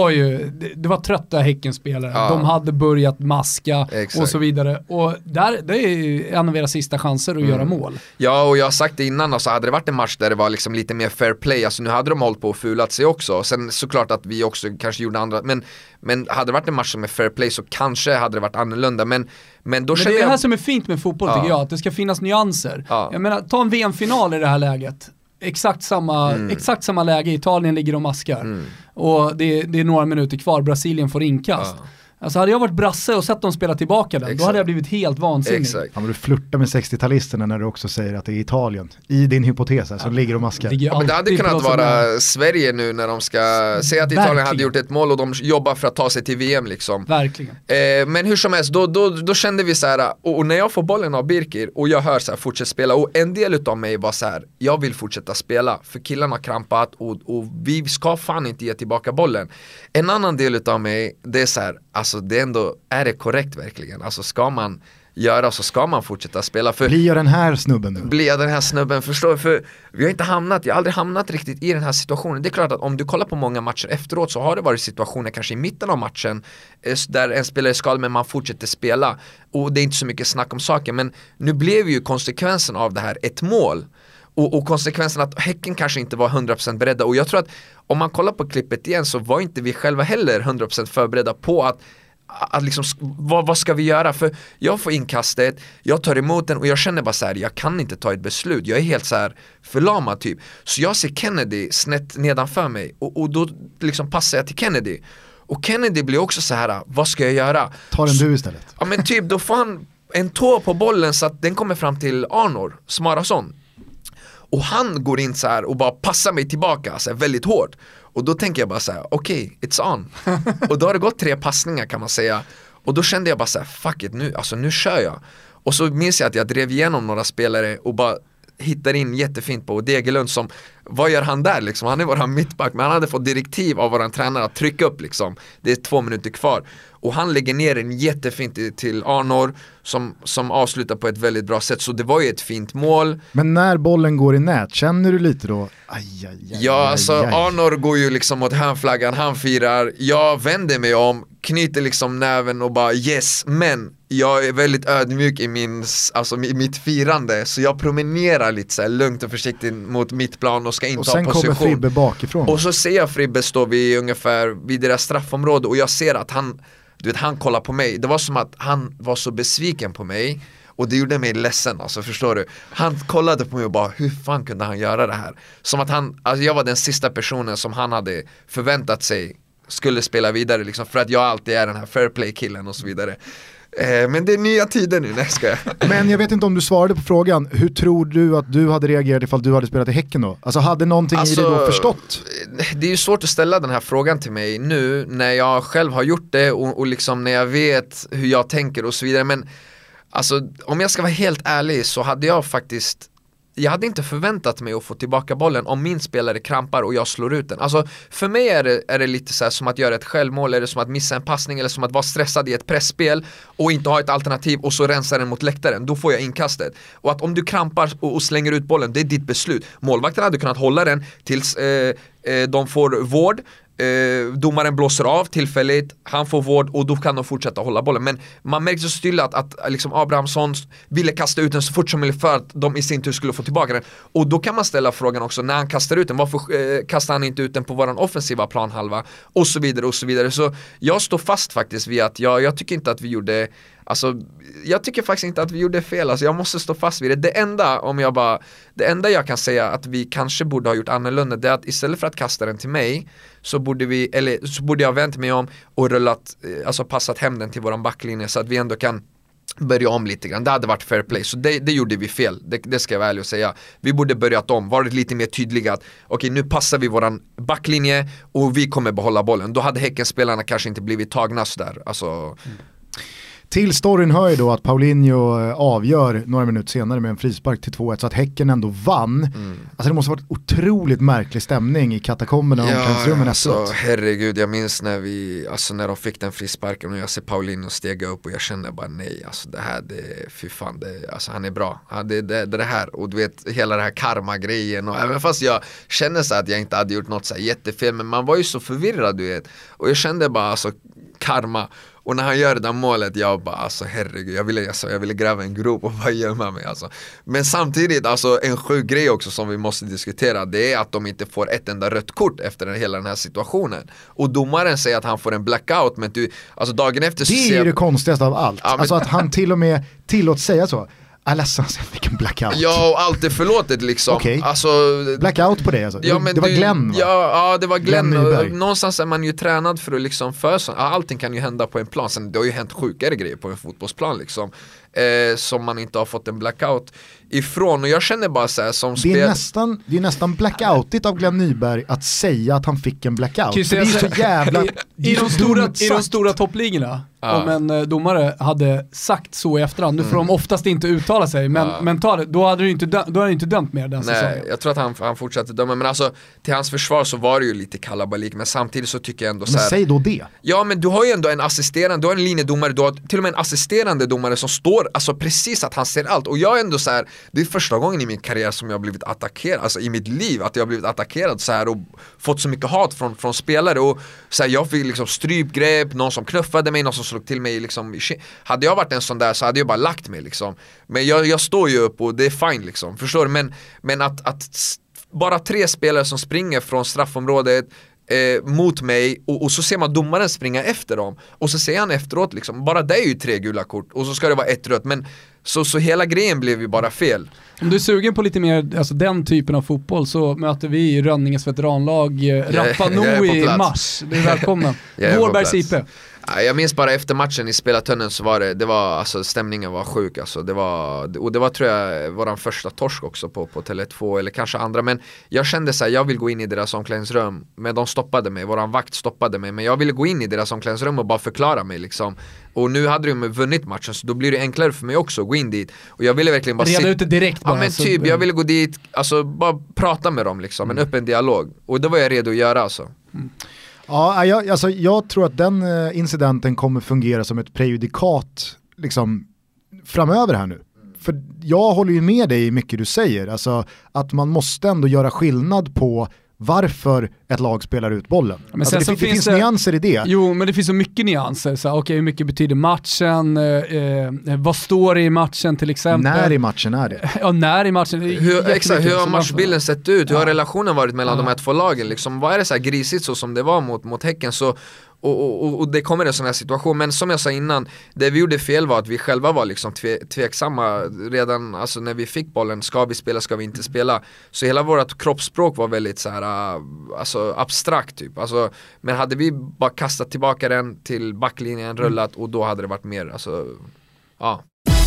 det var trötta Häckenspelare, de hade börjat maska och så vidare, och det är ju en av era sista chanser att göra mål. Ja, och jag har sagt det innan, alltså hade det varit en match där det var liksom lite mer fair play, alltså nu hade de hållit på och fulat sig också, sen såklart att vi också kanske gjorde andra, men hade det varit en match som är fair play så kanske hade det varit annorlunda, men då känner det är det här som är fint med fotboll tycker jag, att det ska finnas nyanser. Jag menar, ta en VM-final i det här läget, exakt samma läge, Italien ligger och maskar och det är några minuter kvar, Brasilien får inkast. Alltså hade jag varit brasse och sett dem spela tillbaka den, då hade jag blivit helt vansinnig. Ja, men du flirtar med 60-talisterna när du också säger att det är Italien. I din hypotes här, som ligger och maskar. Men det hade kunnat vara Sverige nu när de ska säga att Italien hade gjort ett mål och de jobbar för att ta sig till VM liksom. Verkligen. Men hur som helst, då kände vi så här, och när jag får bollen av Birker och jag hör så här, fortsätt spela, och en del utav mig var så här, jag vill fortsätta spela för killarna har krampat och vi ska fan inte ge tillbaka bollen. En annan del utav mig, det är så här, alltså det är ändå, är det korrekt verkligen? Alltså ska man göra så ska man fortsätta spela. Blir jag den här snubben nu? Blir jag den här snubben, förstår du? För jag har aldrig hamnat riktigt i den här situationen. Det är klart att om du kollar på många matcher efteråt så har det varit situationer kanske i mitten av matchen där en spelare är skadad men man fortsätter spela och det är inte så mycket snack om saker, men nu blev ju konsekvensen av det här ett mål. Och konsekvensen att Häcken kanske inte var 100% beredda, och jag tror att om man kollar på klippet igen så var inte vi själva heller 100% förberedda på att liksom, vad ska vi göra? För jag får inkastet, jag tar emot den och jag känner bara så här: jag kan inte ta ett beslut, jag är helt så här förlamad typ. Så jag ser Kennedy snett nedanför mig och då liksom passar jag till Kennedy. Och Kennedy blir också så här: vad ska jag göra? Ta den du istället. Ja men typ, då får han en tå på bollen så att den kommer fram till Arnor Smarason. Och han går in så här och bara passar mig tillbaka så här, väldigt hårt. Och då tänker jag bara så här: okej, it's on. Och då har det gått 3 passningar kan man säga. Och då kände jag bara så här: fuck it, nu kör jag. Och så minns jag att jag drev igenom några spelare och bara hittar in jättefint på Degerlund som, vad gör han där liksom? Han är våran mittback, men han hade fått direktiv av våran tränare att trycka upp liksom. Det är 2 minuter kvar. Och han lägger ner en jättefint till Arnor som avslutar på ett väldigt bra sätt. Så det var ju ett fint mål. Men när bollen går i nät, känner du lite då? Arnor går ju liksom mot hörnflaggan, han firar. Jag vänder mig om, knyter liksom näven och bara yes, men jag är väldigt ödmjuk i mitt firande, så jag promenerar lite så här lugnt och försiktigt mot mitt plan och ska inte ha position. Och sen kommer Fribbe bakifrån. Och så ser jag Fribbe stå vid deras straffområde och jag ser att han kollar på mig. Det var som att han var så besviken på mig. Och det gjorde mig ledsen, alltså, förstår du? Han kollade på mig och bara, hur fan kunde han göra det här? Som att jag var den sista personen som han hade förväntat sig skulle spela vidare liksom, för att jag alltid är den här fair play killen och så vidare. Men det är nya tider nu, ska jag. Men jag vet inte om du svarade på frågan. Hur tror du att du hade reagerat ifall du hade spelat i Häcken då? Alltså hade någonting i dig då förstått? Det är ju svårt att ställa den här frågan till mig nu när jag själv har gjort det och liksom när jag vet hur jag tänker och så vidare. Men alltså, om jag ska vara helt ärlig så hade jag hade inte förväntat mig att få tillbaka bollen om min spelare krampar och jag slår ut den. Alltså för mig är det lite så här som att göra ett självmål, eller som att missa en passning, eller som att vara stressad i ett pressspel och inte ha ett alternativ och så rensar den mot läktaren. Då får jag inkastet. Och att om du krampar och slänger ut bollen, det är ditt beslut. Målvakten hade kunnat hålla den tills de får vård. Domaren blåser av tillfälligt, han får vård och då kan de fortsätta hålla bollen. Men man märker så stilla att liksom Abrahamsson ville kasta ut den så fort som möjligt för att de i sin tur skulle få tillbaka den. Och då kan man ställa frågan också, när han kastar ut den, varför kastar han inte ut den på våran offensiva planhalva? Och så vidare och så vidare. Så jag står fast faktiskt vid att jag tycker inte att vi gjorde, alltså jag tycker faktiskt inte att vi gjorde fel. Alltså jag måste stå fast vid det. Det enda jag kan säga att vi kanske borde ha gjort annorlunda, det är att istället för att kasta den till mig så borde jag vänt mig om och passat hem den till våran backlinje så att vi ändå kan börja om lite grann. Det hade varit fair play. Så det gjorde vi fel. Det ska jag vara ärlig och säga. Vi borde börjat om. Varit lite mer tydliga att okej, nu passar vi våran backlinje och vi kommer behålla bollen. Då hade Häckenspelarna kanske inte blivit tagna sådär. Alltså... Till storyn hör ju då att Paulinho avgör några minuter senare med en frispark till 2-1 så att Häcken ändå vann. Alltså det måste ha varit otroligt märklig stämning i katakomberna och omklädningsrummen efteråt. Herregud, jag minns när de fick den frisparken och jag ser Paulinho stega upp och jag kände bara nej, alltså det här, fy fan, alltså han är bra. Det här, och du vet hela det här karma-grejen, och även fast jag känner så att jag inte hade gjort något så här jättefel, men man var ju så förvirrad, du vet. Och jag kände bara alltså karma. Och när han gör det där målet, jag bara alltså herregud, jag ville gräva en grop och bara gömma mig alltså. Men samtidigt, alltså en sjuk grej också som vi måste diskutera, det är att de inte får ett enda rött kort efter hela den här situationen. Och domaren säger att han får en blackout, men alltså dagen efter så det är ju det konstigaste av allt. Ja, alltså att han till och med tillåts säga så. Ledsen, vilken blackout. Ja, och allt är förlåtet liksom. Okay. Alltså, blackout på det alltså. Ja, det var Glenn, va? Ja, det var Glenn. Någonstans är man ju tränad för att liksom allting kan ju hända på en plan. Sen det har ju hänt sjukare grejer på en fotbollsplan liksom. Som man inte har fått en blackout ifrån. Och jag känner bara så här som det är nästan blackoutigt av Glenn Nyberg att säga att han fick en blackout. Det är så jävla i de stora toppligorna. Om en domare hade sagt så i efterhand, nu får de oftast inte uttala sig, men då hade du inte dömt mer den säsongen. Nej, jag tror att han fortsatte döma, men alltså till hans försvar så var det ju lite kalabalik, men samtidigt så tycker jag ändå så här, säg då det. Ja, men du har ju ändå en assisterande, du har en linjedomare, du har till och med en assisterande domare som står förstår alltså precis att han ser allt. Och jag är ändå så här, det är första gången i min karriär som jag har blivit attackerad, alltså i mitt liv, att jag har blivit attackerad så här och fått så mycket hat från spelare. Och så här, jag fick liksom strypgrepp, någon som knuffade mig, någon som slog till mig liksom. Hade jag varit en sån där så hade jag bara lagt mig liksom. Men jag står ju upp och det är fine liksom, förstår du? Men att bara 3 spelare som springer från straffområdet mot mig och så ser man domaren springa efter dem och så ser han efteråt liksom, bara det är ju 3 gula kort och så ska det vara 1 rött, men så hela grejen blev ju bara fel. Om du är sugen på lite mer alltså den typen av fotboll så möter vi i Rönninges veteranlag Rapa Nui i mars. Du är välkommen. Vårbergs IP. Jag minns bara efter matchen i Spelartunneln så var det var alltså stämningen var sjuk alltså. Det var tror jag våran första torsk också på Tele2 eller kanske andra, men jag kände så här, jag vill gå in i deras omklädningsrum, men de stoppade mig, våran vakt stoppade mig, men jag ville gå in i deras omklädningsrum och bara förklara mig liksom. Och nu hade de vunnit matchen så då blir det enklare för mig också att gå in dit. Och jag ville verkligen bara reda ut det direkt bara. Ja men typ, jag ville gå dit, alltså bara prata med dem liksom, en öppen dialog. Och det var jag redo att göra alltså. Ja, jag tror att den incidenten kommer fungera som ett prejudikat liksom, framöver här nu. För jag håller ju med dig i mycket du säger. Alltså, att man måste ändå göra skillnad på varför ett lag spelar ut bollen. Men alltså, det finns nyanser i det. Jo, men det finns så mycket nyanser. Så, okej, hur mycket betyder matchen? Vad står det i matchen till exempel? När i matchen är det? Ja, när i matchen. Hur har matchbilden sett ut? Hur har relationen varit mellan de här 2 lagen? Liksom, vad är det så här grisigt så som det var mot Häcken? Så och det kommer en sån här situation. Men som jag sa innan, det vi gjorde fel var att vi själva var liksom tveksamma redan alltså när vi fick bollen. Ska vi spela, ska vi inte spela? Så hela vårt kroppsspråk var väldigt så här, alltså abstrakt typ. Alltså, men hade vi bara kastat tillbaka den till backlinjen, rullat, och då hade det varit mer alltså, ja.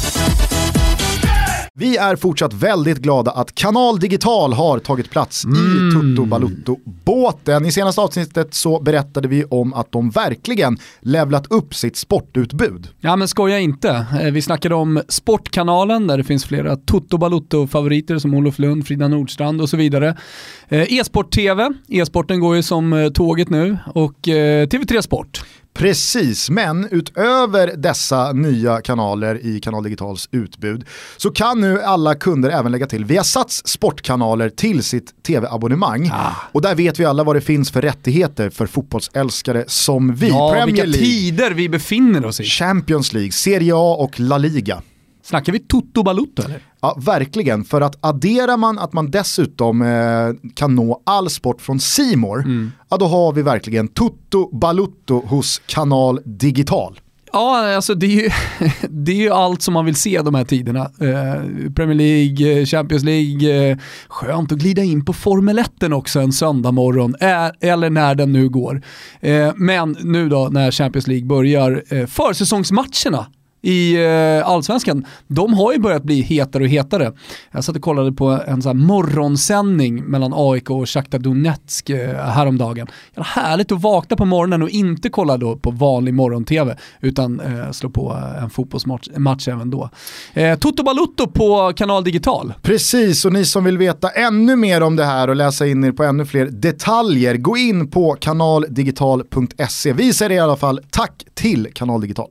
Vi är fortsatt väldigt glada att Kanal Digital har tagit plats i Toto Balutto-båten. I senaste avsnittet så berättade vi om att de verkligen levlat upp sitt sportutbud. Ja, men skoja inte. Vi snackade om Sportkanalen där det finns flera Toto Balutto-favoriter som Olof Lund, Frida Nordstrand och så vidare. E-sport-tv. E-sporten går ju som tåget nu och TV3 Sport. Precis, men utöver dessa nya kanaler i Kanal Digitals utbud så kan nu alla kunder även lägga till Viasats sportkanaler till sitt tv-abonnemang. Och där vet vi alla vad det finns för rättigheter för fotbollsälskare som vi. Ja, Premier vilka League, tider vi befinner oss i. Champions League, Serie A och La Liga. Snackar vi Toto Balutto eller? Ja, verkligen. För att adderar man att man dessutom kan nå all sport från C More, ja, då har vi verkligen Toto Balutto hos Kanal Digital. Ja, alltså det är ju allt som man vill se de här tiderna. Premier League, Champions League, skönt att glida in på Formel 1 också en söndag morgon, eller när den nu går. Men nu då när Champions League börjar, försäsongsmatcherna i Allsvenskan, de har ju börjat bli hetare och hetare. Jag satt och kollade på en sån här morgonsändning mellan AIK och Shakhtar Donetsk häromdagen. Det var härligt att vakna på morgonen och inte kolla då på vanlig morgon-tv utan slå på en fotbollsmatch även då. Toto Balutto på Kanal Digital. Precis, och ni som vill veta ännu mer om det här och läsa in er på ännu fler detaljer, gå in på kanaldigital.se. Vi säger i alla fall tack till Kanal Digital.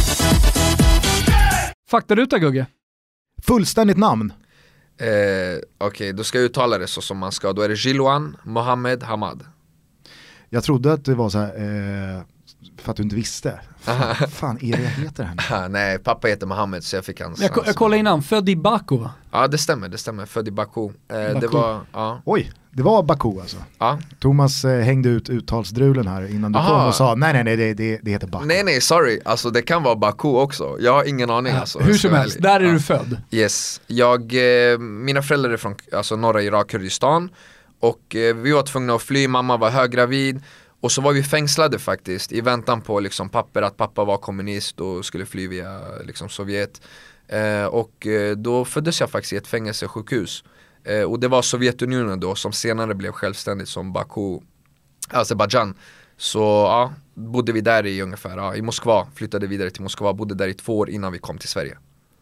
Faktaruta, Gugge. Fullständigt namn. Okej, då ska jag uttala det så som man ska. Då är det Jilouan Mohamed Hamad. Jag trodde att det var så här, för att du inte visste. Fan, är det heter han? Nej, pappa heter Mohamed så jag fick hans. Jag kollade innan, född i Baku va? Ja, det stämmer. Född i Baku. Det var, ja. Oj, det var Baku alltså. Ja. Thomas hängde ut uttalsdrulen här innan du kom och sa nej, det heter Baku. Nej, sorry. Alltså det kan vara Baku också. Jag har ingen aning alltså. Hur som helst, där är du född. Yes. Mina föräldrar är från alltså, norra Irak, Kurdistan. Och vi var tvungna att fly, mamma var höggravid. Och så var vi fängslade faktiskt i väntan på liksom, papper att pappa var kommunist och skulle fly via liksom, Sovjet. Och då föddes jag faktiskt i ett fängelsesjukhus. Och det var Sovjetunionen då som senare blev självständigt som Baku, Azerbaijan. Så ja, bodde vi där i ungefär, i Moskva, flyttade vidare till Moskva, bodde där i 2 år innan vi kom till Sverige.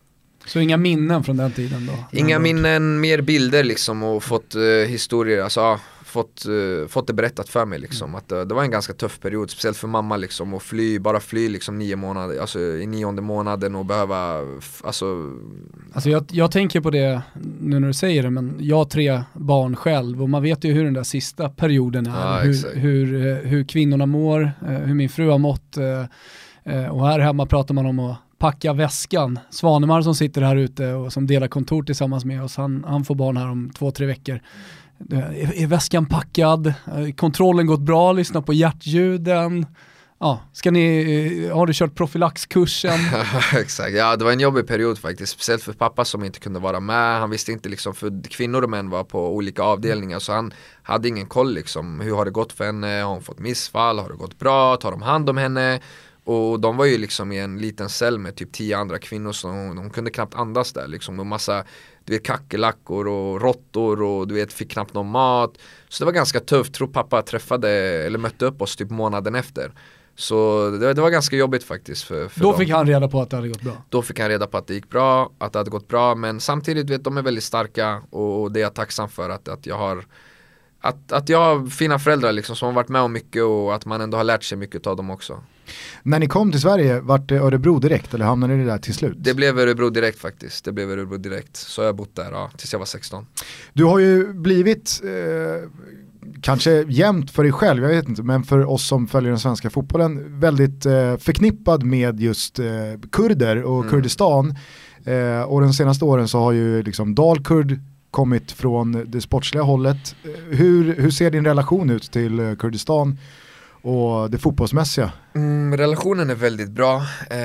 Så inga minnen från den tiden då? Inga minnen, mer bilder liksom och fått historier, alltså fått det berättat för mig liksom, att det var en ganska tuff period, speciellt för mamma liksom, och bara fly liksom 9 månader, alltså i 9:e månaden och behöva, alltså jag tänker på det nu när du säger det, men jag har 3 barn själv och man vet ju hur den där sista perioden är, hur kvinnorna mår, hur min fru har mått, och här hemma pratar man om att packa väskan. Svanemar som sitter här ute och som delar kontor tillsammans med oss, han får barn här om 2-3 veckor. Är väskan packad? Kontrollen gått bra? Lyssna på hjärtljuden? Ja, har du kört profylaxkursen? Exakt, ja, det var en jobbig period faktiskt, speciellt för pappa som inte kunde vara med. Han visste inte liksom, för kvinnor och män var på olika avdelningar, så han hade ingen koll liksom, hur har det gått för henne, har hon fått missfall, har det gått bra, tar de hand om henne? Och de var ju liksom i en liten cell med typ 10 andra kvinnor, så de kunde knappt andas där liksom, och massa, du vet, kackelackor och råttor och du vet, fick knappt någon mat. Så det var ganska tufft. Tror pappa mötte upp oss typ månaden efter. Så det var ganska jobbigt faktiskt för då dem. Fick han reda på att det hade gått bra? Då fick han reda på att det gick bra, att det hade gått bra, men samtidigt vet de är väldigt starka, och det är jag tacksam för, att jag har att jag har fina föräldrar liksom, som har varit med om mycket, och att man ändå har lärt sig mycket av dem också. När ni kom till Sverige, vart det Örebro direkt eller hamnade ni där till slut? Det blev Örebro direkt faktiskt. Så jag har bott där tills jag var 16. Du har ju blivit kanske jämnt för dig själv, jag vet inte, men för oss som följer den svenska fotbollen väldigt förknippad med just kurder och Kurdistan. Och de senaste åren så har ju liksom Dalkurd kommit från det sportsliga hållet. Hur ser din relation ut till Kurdistan och det fotbollsmässiga? Relationen är väldigt bra,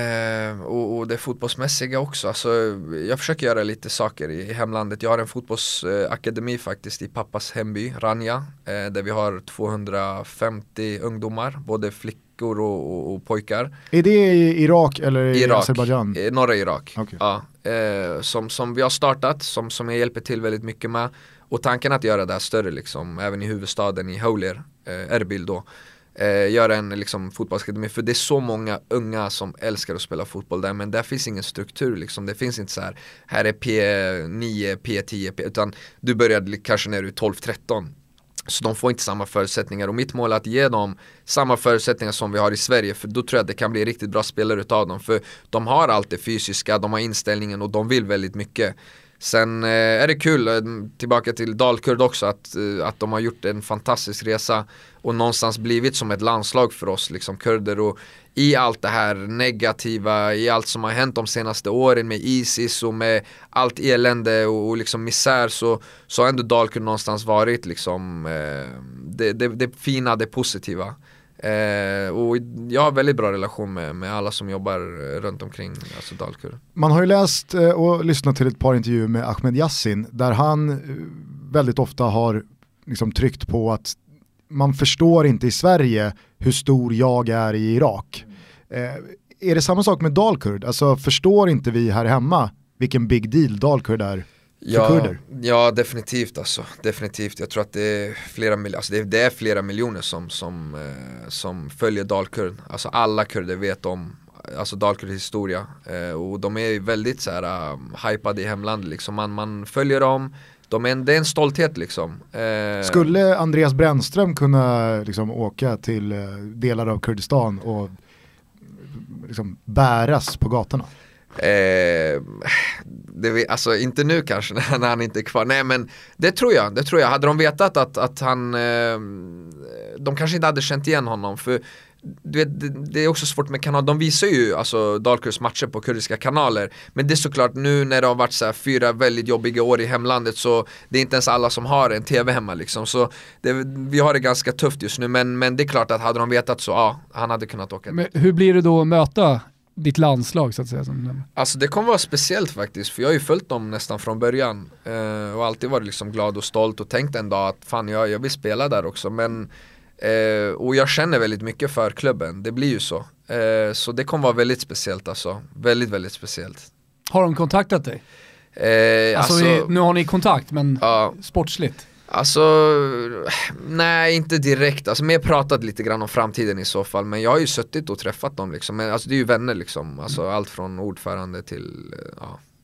och det fotbollsmässiga också. Alltså, jag försöker göra lite saker i hemlandet. Jag har en fotbollsakademi faktiskt i pappas hemby, Rania, där vi har 250 ungdomar, både flickor och pojkar. Är det i Irak eller i Azerbaijan? Norra Irak. Okay. Ja, som vi har startat, som jag hjälper till väldigt mycket med. Och tanken att göra det här större liksom, även i huvudstaden i Hawler, Erbil då. Göra en liksom, fotbollsakademi, för det är så många unga som älskar att spela fotboll där, men där finns ingen struktur liksom. Det finns inte så här är P9, P10, utan du började kanske när du är 12-13, så de får inte samma förutsättningar, och mitt mål är att ge dem samma förutsättningar som vi har i Sverige, för då tror jag att det kan bli riktigt bra spelare utav dem, för de har allt det fysiska, de har inställningen och de vill väldigt mycket. Sen är det kul, tillbaka till Dalkurd också, att de har gjort en fantastisk resa och någonstans blivit som ett landslag för oss liksom, kurder, och i allt det här negativa, i allt som har hänt de senaste åren med ISIS och med allt elände och liksom misär, så har ändå Dalkurd någonstans varit liksom, det fina, det positiva. Och jag har väldigt bra relation med alla som jobbar runt omkring, alltså Dalkurd. Man har ju läst och lyssnat till ett par intervjuer med Ahmed Yassin där han väldigt ofta har liksom tryckt på att man förstår inte i Sverige hur stor jag är i Irak. Är det samma sak med Dalkurd? Alltså förstår inte vi här hemma vilken big deal Dalkurd är för kurder? Ja, definitivt alltså. Definitivt. Jag tror att det är flera miljoner, alltså det är flera miljoner som följer Dalkurd. Alltså alla kurder vet om alltså Dalkurds historia, och de är väldigt så här hypade i hemlandet liksom. Man följer dem. Det är en stolthet liksom. Skulle Andreas Brännström kunna liksom åka till delar av Kurdistan och liksom bäras på gatorna? Alltså inte nu kanske när han inte är kvar. Nej, men det tror jag. Hade de vetat att han de kanske inte hade känt igen honom, för du vet, det är också svårt med kanaler. De visar ju alltså Dalkurds matcher på kurdiska kanaler, men det är såklart nu när det har varit så här 4 väldigt jobbiga år i hemlandet, så det är inte ens alla som har en tv hemma liksom. Så vi har det ganska tufft just nu, men det är klart att hade de vetat så han hade kunnat åka. Men hur blir det då att möta ditt landslag så att säga? Alltså det kommer vara speciellt faktiskt, för jag har ju följt dem nästan från början, och alltid varit liksom glad och stolt och tänkt en dag att fan jag vill spela där också, men och jag känner väldigt mycket för klubben, det blir ju så. Så det kommer vara väldigt speciellt alltså, väldigt, väldigt speciellt. Har de kontaktat dig? Nu har ni kontakt, men sportsligt? Alltså, nej inte direkt, alltså mer pratat lite grann om framtiden i så fall, men jag har ju suttit och träffat dem liksom, men alltså det är ju vänner liksom, alltså allt från ordförande till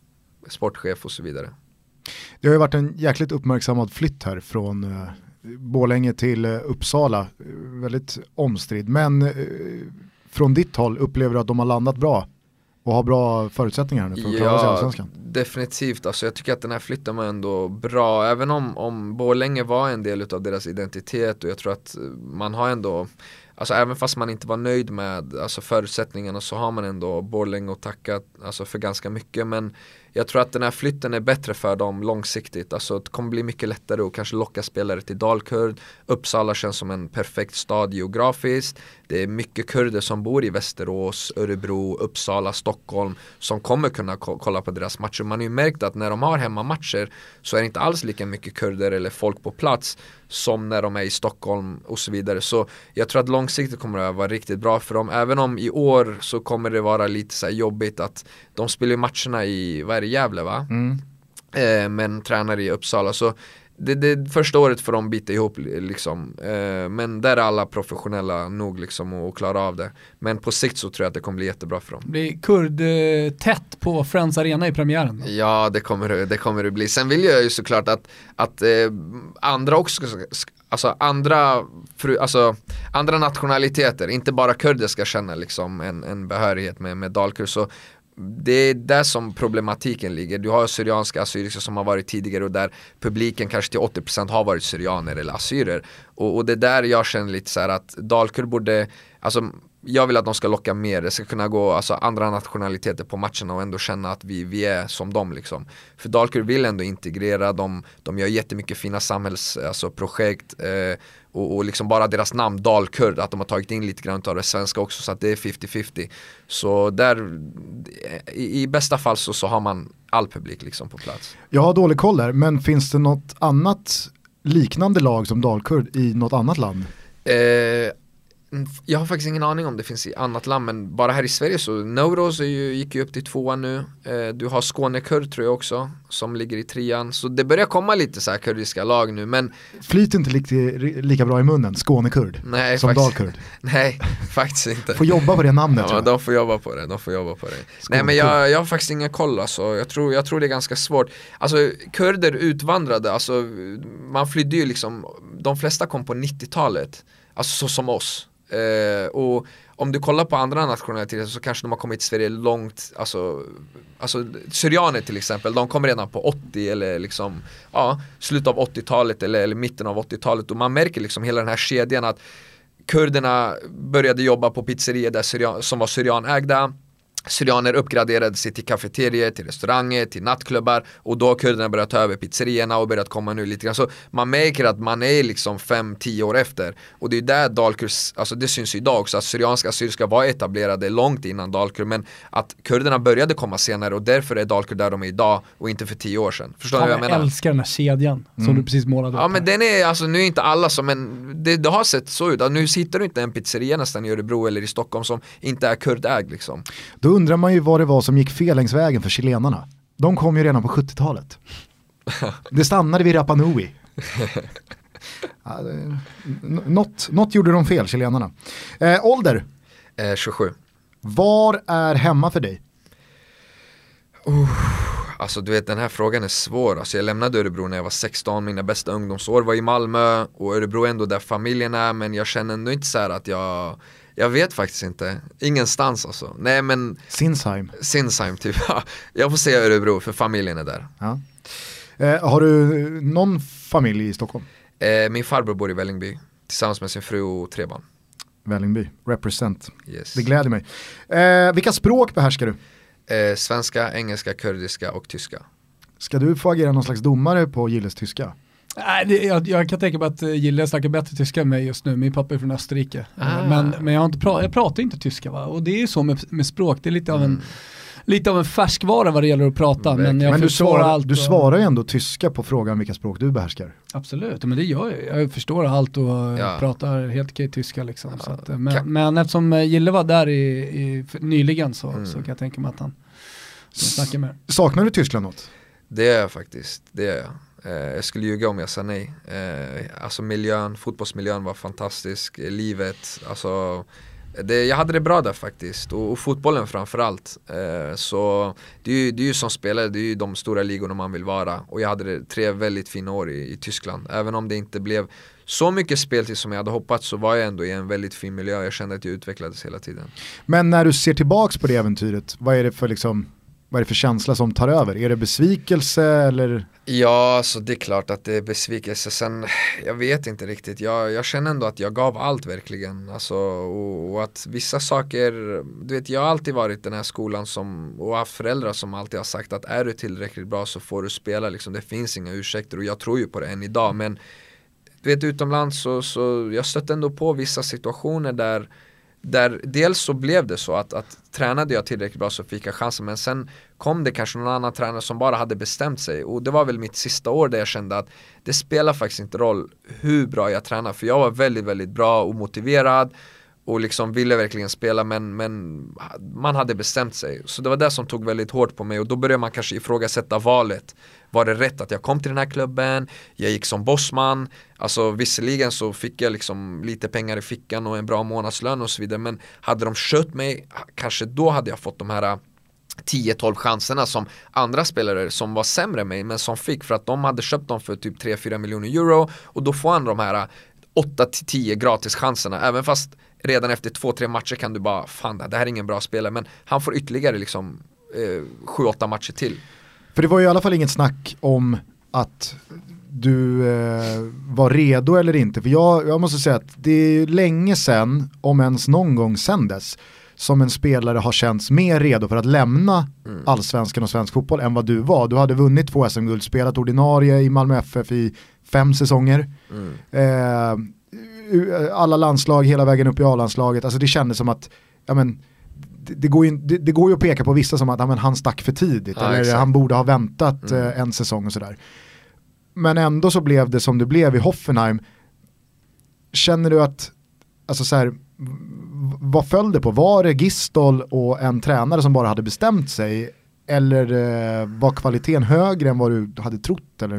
sportchef och så vidare. Det har ju varit en jäkligt uppmärksammad flytt här från Borlänge till Uppsala, väldigt omstridd, men från ditt håll upplever du att de har landat bra och har bra förutsättningar nu för att klara sig i Allsvenskan? Definitivt, alltså jag tycker att den här flytten var ändå bra, även om Borlänge var en del av deras identitet, och jag tror att man har ändå, alltså även fast man inte var nöjd med alltså förutsättningarna, så har man ändå Borlänge att tacka alltså för ganska mycket, men jag tror att den här flytten är bättre för dem långsiktigt. Alltså det kommer bli mycket lättare att kanske locka spelare till Dalkurd. Uppsala känns som en perfekt stad geografiskt. Det är mycket kurder som bor i Västerås, Örebro, Uppsala, Stockholm som kommer kunna kolla på deras matcher. Man har ju märkt att när de har hemmamatcher så är det inte alls lika mycket kurder eller folk på plats som när de är i Stockholm och så vidare. Så jag tror att långsiktigt kommer det att vara riktigt bra för dem. Även om i år så kommer det vara lite så här jobbigt att de spelar matcherna i Gävle, va? Men tränar i Uppsala. Så det första året för dem bita ihop liksom. Men där är alla professionella nog liksom att klara av det. Men på sikt så tror jag att det kommer bli jättebra för dem. Det blir kurd-tätt på Friends Arena i premiären. Ja, det kommer det bli. Sen vill jag ju såklart att andra också, alltså andra nationaliteter, inte bara kurder, ska känna liksom en behörighet med Dalkurd. Så det är där som problematiken ligger. Du har syrianska assyriska som har varit tidigare, och där publiken kanske till 80% har varit syrianer eller assyrer. Och det där jag känner lite så här att Dalkurd borde, alltså jag vill att de ska locka mer. Det ska kunna gå alltså andra nationaliteter på matcherna och ändå känna att vi är som dem liksom. För Dalkurd vill ändå integrera, de gör jättemycket fina samhällsprojekt och liksom bara deras namn Dalkurd, att de har tagit in lite grann av det svenska också, så att det är 50-50. Så där i bästa fall så har man all publik liksom på plats. Jag har dålig koll där, men finns det något annat liknande lag som Dalkurd i något annat land? Jag har faktiskt ingen aning om det finns i annat land, men bara här i Sverige så Neuros gick ju upp till 2:an nu. Du har Skånekurd tror jag också som ligger i 3:an, så det börjar komma lite så här kurdiska lag nu, men flyter inte lika bra i munnen Skånekurd som Dalkurd? Nej, faktiskt inte. Får jobba på det namnet. Ja, de får jobba på det. Nej, men jag har faktiskt ingen koll alltså. Jag tror det är ganska svårt. Alltså kurder utvandrade, alltså man flydde ju liksom, de flesta kom på 90-talet, alltså så som oss. Och om du kollar på andra nationaliteter så kanske de har kommit till Sverige långt, alltså syrianer till exempel, de kom redan på 80 eller liksom slutet av 80-talet eller mitten av 80-talet, och man märker liksom hela den här kedjan att kurderna började jobba på pizzerier där som var syrianägda. Syrianer uppgraderade sig till kafeterier, till restauranger, till nattklubbar, och då har kurderna börjat ta över pizzerierna och börjat komma nu lite grann. Så man märker att man är liksom 5-10 år efter, och det är där Dalkurd, alltså det syns ju idag också att syrianska var etablerade långt innan Dalkurd, men att kurderna började komma senare, och därför är Dalkurd där de är idag och inte för 10 år sedan. Förstår ni vad jag menar? Jag älskar den här kedjan som du precis målade upp. Ja, men den är, alltså nu är inte alla så, men det har sett så ut. Nu hittar du inte en pizzeria nästan i Örebro eller i Stockholm som inte är kurdägd liksom. Då undrar man ju vad det var som gick fel längs vägen för chilenarna. De kom ju redan på 70-talet. Det stannade vid Rapa Nui. Ja, något gjorde de fel, chilenarna. Ålder? 27. Var är hemma för dig? Alltså du vet, den här frågan är svår. Alltså jag lämnade Örebro när jag var 16. Mina bästa ungdomsår var i Malmö, och Örebro är ändå där familjen är, men jag känner ändå inte så här att jag vet faktiskt inte. Ingenstans alltså. Nej, men Sinsheim typ. Jag får säga Örebro för familjen är där. Ja. Har du någon familj i Stockholm? Min farbror bor i Vällingby tillsammans med sin fru och 3 barn. Vällingby, represent. Yes. Det gläder mig. Vilka språk behärskar du? Svenska, engelska, kurdiska och tyska. Ska du få agera någon slags domare på Gilles tyska? Nej, jag kan tänka mig att Gille snackar bättre tyska än mig just nu. Min pappa är från Österrike. Men jag pratar inte tyska, va? Och det är ju så med språk. Det är lite av en färskvara vad det gäller att prata. Men du svarar ju ändå tyska på frågan vilka språk du behärskar. Absolut, men det gör jag. Jag förstår allt och pratar helt okej tyska liksom. Ja, så att, men eftersom Gille var där nyligen så kan jag tänka mig att han snackar med. Saknar du Tyskland något? Det är jag faktiskt, det är jag. Jag skulle ljuga om jag sa nej. Alltså fotbollsmiljön var fantastisk. Livet, alltså Jag hade det bra där faktiskt, och fotbollen framförallt. Så det är ju som spelare, det är ju de stora ligorna man vill vara. Och jag hade 3 väldigt fina år i Tyskland. Även om det inte blev så mycket speltid som jag hade hoppats, så var jag ändå i en väldigt fin miljö. Jag kände att jag utvecklades hela tiden. Men när du ser tillbaks på det äventyret, vad är det för känsla som tar över? Är det besvikelse eller? Ja, så det är klart att det är besvikelse. Sen, jag vet inte riktigt. Jag känner ändå att jag gav allt verkligen. Alltså, och att vissa saker, du vet, jag har alltid varit den här skolan och haft föräldrar som alltid har sagt att är du tillräckligt bra så får du spela. Liksom, det finns inga ursäkter, och jag tror ju på det än idag. Men du vet, utomlands så jag stötte ändå på vissa situationer där dels så blev det så att tränade jag tillräckligt bra så fick jag chansen, men sen kom det kanske någon annan tränare som bara hade bestämt sig, och det var väl mitt sista år där jag kände att det spelar faktiskt inte roll hur bra jag tränar, för jag var väldigt, väldigt bra och motiverad och liksom ville verkligen spela, men man hade bestämt sig. Så det var det som tog väldigt hårt på mig, och då började man kanske ifrågasätta valet. Var det rätt att jag kom till den här klubben? Jag gick som bossman. Alltså visserligen så fick jag liksom lite pengar i fickan och en bra månadslön och så vidare, men hade de skött mig, kanske då hade jag fått de här 10-12 chanserna som andra spelare som var sämre än mig, men som fick, för att de hade köpt dem för typ 3-4 miljoner euro, och då får han de här 8-10 gratis chanserna, även fast redan efter 2-3 matcher kan du bara, fan det här är ingen bra spelare, men han får ytterligare liksom 7-8 matcher till. För det var ju i alla fall inget snack om att du var redo eller inte. För jag måste säga att det är länge sedan, om ens någon gång sedan dess, som en spelare har känts mer redo för att lämna allsvenskan och svensk fotboll än vad du var. Du hade vunnit 2 SM-guld, spelat ordinarie i Malmö FF i 5 säsonger. Alla landslag hela vägen upp i A-landslaget. Alltså det kändes som att, ja men, det går ju att peka på vissa som att ja, men han stack för tidigt, eller exakt, han borde ha väntat en säsong och sådär. Men ändå så blev det som det blev i Hoffenheim. Känner du att, alltså så här, vad föll det på? Var det Gistol och en tränare som bara hade bestämt sig, eller var kvaliteten högre än vad du hade trott? Eller?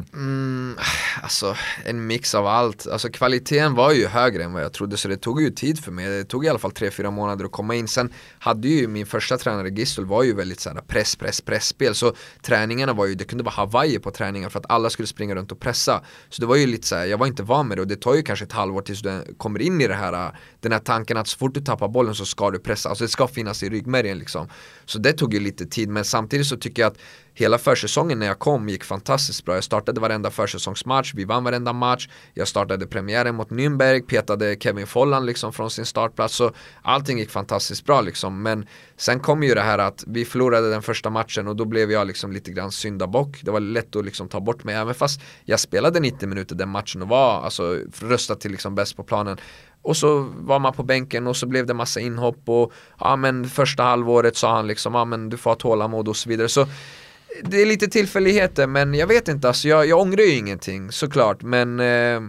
Alltså en mix av allt. Alltså kvaliteten var ju högre än vad jag trodde, så det tog ju tid för mig. Det tog i alla fall 3-4 månader att komma in. Sen hade ju min första tränare Gistol var ju väldigt så här pressspel, så träningarna var ju, det kunde vara Hawaii på träningar för att alla skulle springa runt och pressa. Så det var ju lite så här, jag var inte van med det, och det tar ju kanske ett halvår tills du kommer in i det här, den här tanken att så fort du tappar bollen så ska du pressa. Alltså det ska finnas i ryggmärgen liksom. Så det tog ju lite tid, men samtidigt så tycker jag att hela försäsongen när jag kom gick fantastiskt bra. Jag startade varenda försäsongsmatch, vi vann varenda match. Jag startade premiären mot Nürnberg, petade Kevin Folland liksom från sin startplats. Så allting gick fantastiskt bra liksom. Men sen kom ju det här att vi förlorade den första matchen, och då blev jag liksom lite grann syndabock. Det var lätt att liksom ta bort mig, även fast jag spelade 90 minuter den matchen och var alltså röstad till liksom bäst på planen. Och så var man på bänken, och så blev det massa inhopp, och ja men första halvåret sa han liksom, ja men du får ha tålamod och så vidare. Så det är lite tillfälligheter, men jag vet inte, alltså jag ångrar ju ingenting såklart, men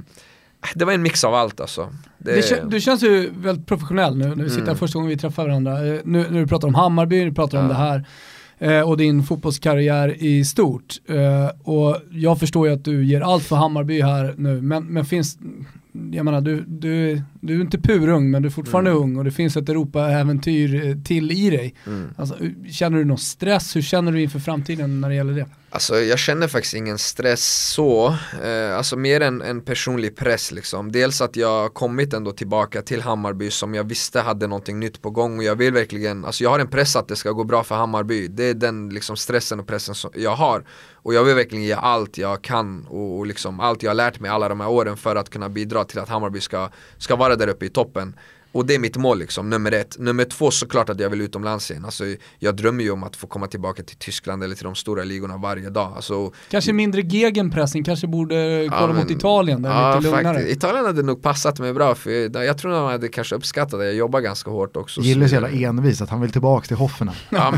det var en mix av allt alltså. Du känns ju väldigt professionell nu när vi sitter här första gången vi träffar varandra. Nu när du pratar om Hammarby, du pratar om det här och din fotbollskarriär i stort. Och jag förstår ju att du ger allt för Hammarby här nu, men finns, jag menar, du är inte purung, men du är fortfarande ung, och det finns ett Europa-äventyr till i dig. Alltså, känner du någon stress? Hur känner du inför framtiden när det gäller det? Alltså jag känner faktiskt ingen stress så, alltså mer en personlig press liksom. Dels att jag kommit ändå tillbaka till Hammarby som jag visste hade någonting nytt på gång, och jag vill verkligen, alltså jag har en press att det ska gå bra för Hammarby. Det är den liksom stressen och pressen som jag har, och jag vill verkligen ge allt jag kan och liksom allt jag har lärt mig alla de här åren för att kunna bidra till att Hammarby ska vara där uppe i toppen. Och det är mitt mål liksom, nummer 1. Nummer 2, såklart att jag vill utomlands igen. Alltså, jag drömmer ju om att få komma tillbaka till Tyskland eller till de stora ligorna varje dag. Alltså, kanske mindre gegenpressing, kanske borde kolla mot Italien där, lite lugnare. Faktiskt. Italien hade nog passat mig bra, för jag tror att de hade kanske uppskattat det. Jag jobbar ganska hårt också. Gilles jävla envis att han vill tillbaka till Hoffenheim.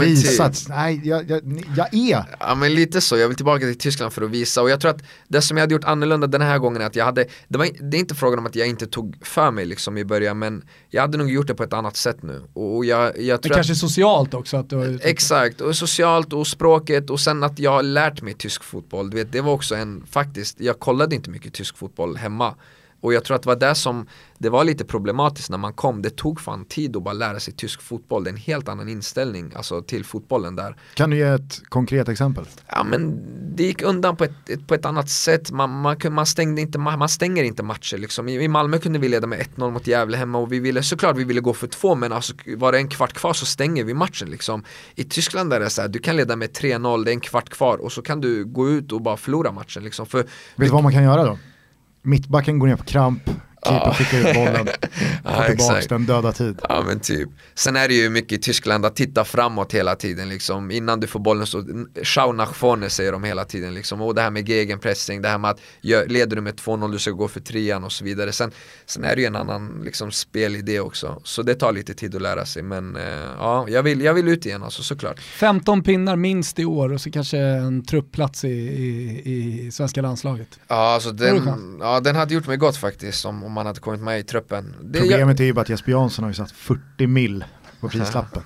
Nej, jag är. Ja, men lite så. Jag vill tillbaka till Tyskland för att visa. Och jag tror att det som jag hade gjort annorlunda den här gången är att det är inte frågan om att jag inte tog för mig liksom i början, men jag hade nog gjort det på ett annat sätt nu. Och jag tror men kanske socialt också att exakt, och socialt och språket, och sen att jag har lärt mig tysk fotboll. Du vet, det var också faktiskt, jag kollade inte mycket tysk fotboll hemma. Och jag tror att det var lite problematiskt när man kom. Det tog fan tid att bara lära sig tysk fotboll. Det är en helt annan inställning alltså, till fotbollen där. Kan du ge ett konkret exempel? Ja, men det gick undan på ett annat sätt. Man stänger inte matcher liksom. I Malmö kunde vi leda med 1-0 mot Gävle hemma och vi ville gå för 2, men alltså, var det en kvart kvar så stänger vi matchen liksom. I Tyskland är det så här, du kan leda med 3-0, det är en kvart kvar och så kan du gå ut och bara förlora matchen liksom. Vet du vad man kan göra då? Mittbacken går ner på kramp, keeper skickar ut bollen, får tillbaka den döda tid. Ja, men typ. Sen är det ju mycket i Tyskland att titta framåt hela tiden liksom. Innan du får bollen så schau nach vorne säger de hela tiden liksom. Och det här med gegenpressing, det här med att leder du med 2-0 du ska gå för 3 och så vidare. Sen är det ju en annan liksom, spelidé också. Så det tar lite tid att lära sig. Men ja, jag vill ut igen alltså, såklart. 15 pinnar minst i år och så kanske en truppplats i svenska landslaget. Ja, alltså den hade gjort mig gott faktiskt om man hade kommit med i truppen. Problemet är ju bara att Jesper Jansson har ju satt 40 mil på prislappen.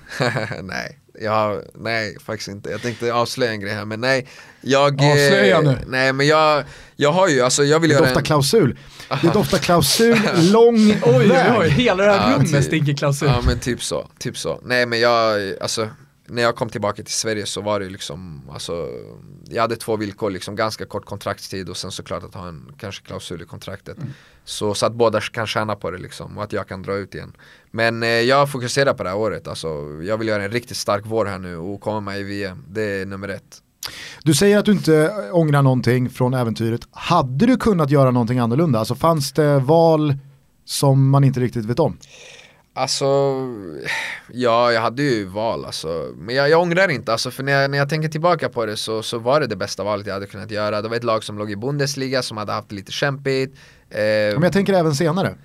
Nej, faktiskt inte. Jag tänkte avslöja en grej här, men nej. Avslöja nu. Nej, men jag har ju, alltså jag vill göra doftar klausul. Det doftar klausul lång väg. Hela det här rummet stinker klausul. Ja, men typ så. Nej, men alltså när jag kom tillbaka till Sverige så var det liksom, alltså, jag hade 2 villkor, liksom ganska kort kontraktstid och sen såklart att ha en kanske klausul i kontraktet. Så att båda kan tjäna på det liksom och att jag kan dra ut igen. Men jag fokuserar på det här året, alltså, jag vill göra en riktigt stark vår här nu och komma med i VM, det är nummer 1. Du säger att du inte ångrar någonting från äventyret. Hade du kunnat göra någonting annorlunda? Alltså fanns det val som man inte riktigt vet om? Alltså, ja, jag hade ju val alltså. Men jag ångrar inte alltså, för när jag tänker tillbaka på det så var det bästa valet jag hade kunnat göra. Det var ett lag som låg i Bundesliga som hade haft lite kämpigt. Men jag tänker även senare.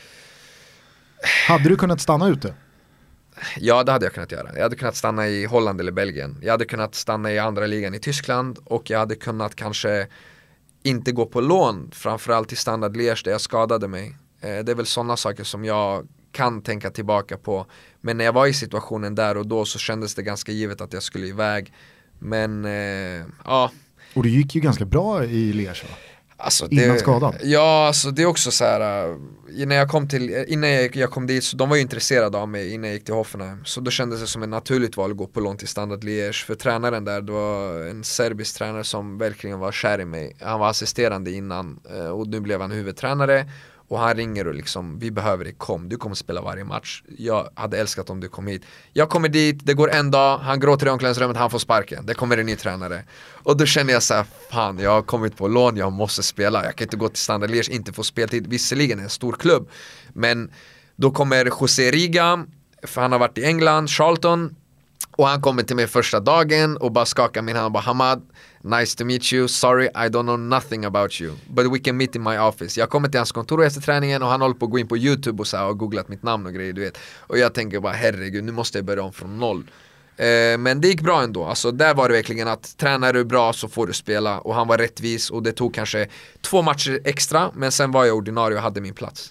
Hade du kunnat stanna ute? Ja, det hade jag kunnat göra. Jag hade kunnat stanna i Holland eller Belgien. Jag hade kunnat stanna i andra ligan i Tyskland och jag hade kunnat kanske inte gå på lån, framförallt i Standard Liège där jag skadade mig. Det är väl sådana saker som jag kan tänka tillbaka på. Men när jag var i situationen där och då så kändes det ganska givet att jag skulle iväg. Men ja. Och det gick ju ganska bra i Liège, va? Alltså innan skadan. Ja, alltså det är också så här, innan jag kom dit så de var ju intresserade av mig innan jag gick till Hoffenheim. Så då kändes det som en naturligt val att gå på lån till Standard Liège. För tränaren där, det var en serbisk tränare som verkligen var kär i mig. Han var assisterande innan och nu blev han huvudtränare. Och han ringer och liksom, vi behöver dig, du kommer spela varje match. Jag hade älskat om du kom hit. Jag kommer dit, det går en dag, han gråter i omklädningsrummet, han får sparken. Det kommer en ny tränare. Och då känner jag så här, fan, jag har kommit på lån, jag måste spela. Jag kan inte gå till Standard Liège, inte få speltid. Visserligen en stor klubb. Men då kommer José Riga, för han har varit i England, Charlton. Och han kommer till mig första dagen och bara skakar min hand och bara, Hamad, nice to meet you, sorry I don't know nothing about you, but we can meet in my office. Jag kommer till hans kontor efter träningen och han håller på att gå in på YouTube och så här, och googlat mitt namn och grejer, du vet. Och jag tänker bara, herregud, nu måste jag börja om från noll. Men det gick bra ändå, alltså där var det verkligen att tränar du bra så får du spela. Och han var rättvis och det tog kanske 2 matcher extra, men sen var jag ordinarie och hade min plats.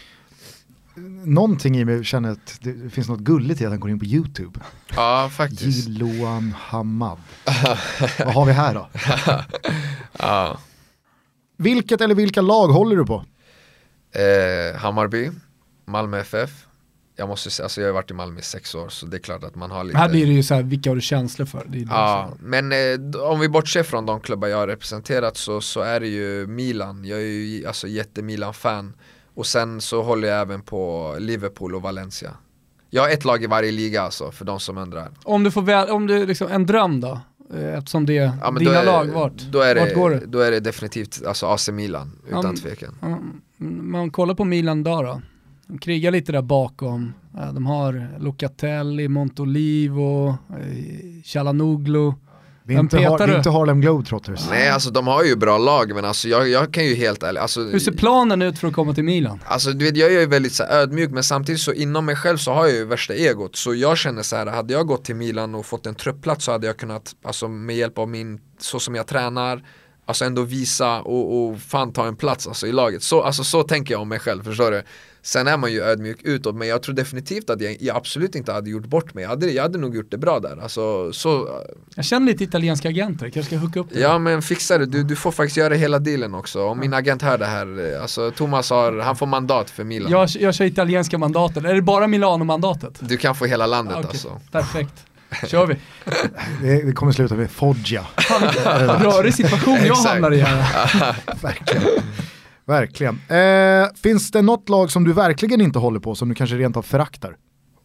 Någonting i mig känner att det finns något gulligt i att han går in på YouTube. Ja, faktiskt. Jiloan Hamad. Vad har vi här då? Ja. Vilket eller vilka lag håller du på? Hammarby, Malmö FF. Jag måste säga, alltså jag har varit i Malmö i 6 år, så det är klart att man har lite... Här blir det ju så här, vilka har du känslor för? Det är ja, men om vi bortser från de klubbar jag har representerat så är det ju Milan. Jag är ju alltså jätte-Milan-fan. Och sen så håller jag även på Liverpool och Valencia. Jag har ett lag i varje liga alltså, för de som undrar. Om du liksom, en dröm då? Eftersom det dina lag, vart går det? Då är det definitivt alltså AC Milan, utan tvekan. Man kollar på Milan då. De krigar lite där bakom. De har Locatelli, Montolivo, Çalhanoğlu. Det är inte Harlem Globetrotters. Nej, alltså de har ju bra lag, men alltså jag kan ju helt ärligt alltså, hur ser planen ut för att komma till Milan? Alltså du vet, jag är ju väldigt så här, ödmjuk, men samtidigt så inom mig själv så har jag ju värsta egot. Så jag känner så här, hade jag gått till Milan och fått en truppplats så hade jag kunnat, alltså med hjälp av så som jag tränar, alltså ändå visa och fan ta en plats alltså, i laget. Så tänker jag om mig själv, förstår du? Sen är man ju ödmjuk utåt, men jag tror definitivt att jag absolut inte hade gjort bort mig. Jag hade nog gjort det bra där. Alltså, jag känner lite italienska agenter, kanske ska hooka upp det. Ja, men fixa det. Du får faktiskt göra hela dealen också. Om min agent hör det här, alltså Thomas han får mandat för Milan. Jag kör italienska mandatet. Är det bara Milano-mandatet? Du kan få hela landet okay. alltså. Perfekt. Kör vi. Det kommer sluta med Foggia. Rörig situation jag hamnar i här. Verkligen. Finns det något lag som du verkligen inte håller på, som du kanske rent av föraktar?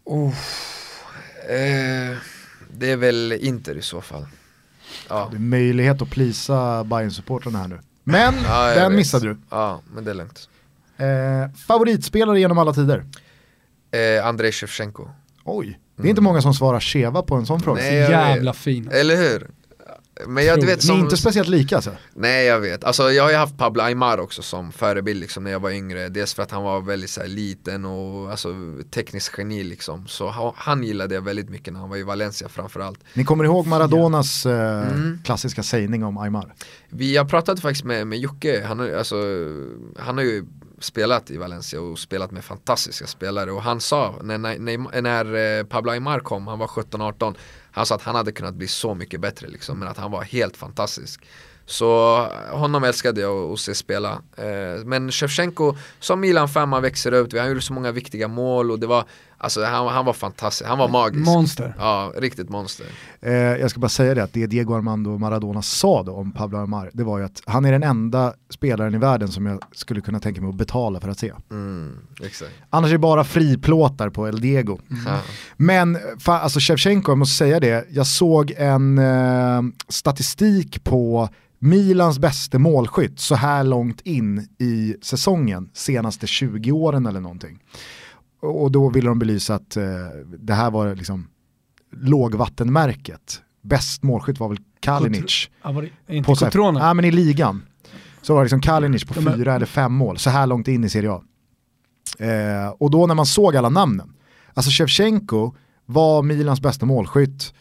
Det är väl Inter i så fall. Ja. Det är möjlighet att plisa Bayern-supportrarna här nu. Men den missade du. Ja, men det är lugnt. Favoritspelare genom alla tider? Andrei Shevchenko. Oj, det är inte många som svarar Sheva på en sån fråga. Nej, jävla fin. Eller hur? Men jag, du vet, ni är inte speciellt lika alltså. Nej, jag vet. Alltså, jag har ju haft Pablo Aimar också som förebild liksom, när jag var yngre. Dels för att han var väldigt så här, liten och alltså, teknisk geni liksom. Så han gillade jag väldigt mycket när han var i Valencia framförallt. Ni kommer ihåg Maradonas klassiska sägning om Aimar? Jag pratade faktiskt med Jocke. Han har ju spelat i Valencia och spelat med fantastiska spelare. Och han sa, när Pablo Aimar kom, han var 17-18, han sa att han hade kunnat bli så mycket bättre liksom, men att han var helt fantastisk. Så honom älskade jag att se spela. Men Shevchenko, som Milan-fan, man växer upp. Han gjorde så många viktiga mål och det var, alltså, han var fantastisk, han var magisk. Monster. Ja, riktigt monster. Jag ska bara säga det, att det Diego Armando Maradona sa då om Pablo Aimar, det var ju att han är den enda spelaren i världen som jag skulle kunna tänka mig att betala för att se. Exakt. Annars är det bara friplåtar på El Diego. Men alltså Shevchenko, jag måste säga det, jag såg en statistik på Milans bästa målskytt så här långt in i säsongen, senaste 20 åren eller någonting. Och då ville de belysa att det här var liksom lågvattenmärket. Bäst målskytt var väl Kalinic. Var det inte Cotrone? Ja, men i ligan. Så var det liksom Kalinic på 4 eller 5 mål. Så här långt in i Serie A. Och då när man såg alla namnen. Alltså Shevchenko var Milans bästa målskytt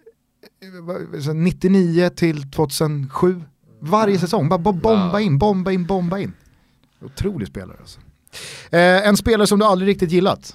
99 till 2007. Varje säsong. Bara bomba in. Otrolig spelare alltså. En spelare som du aldrig riktigt gillat?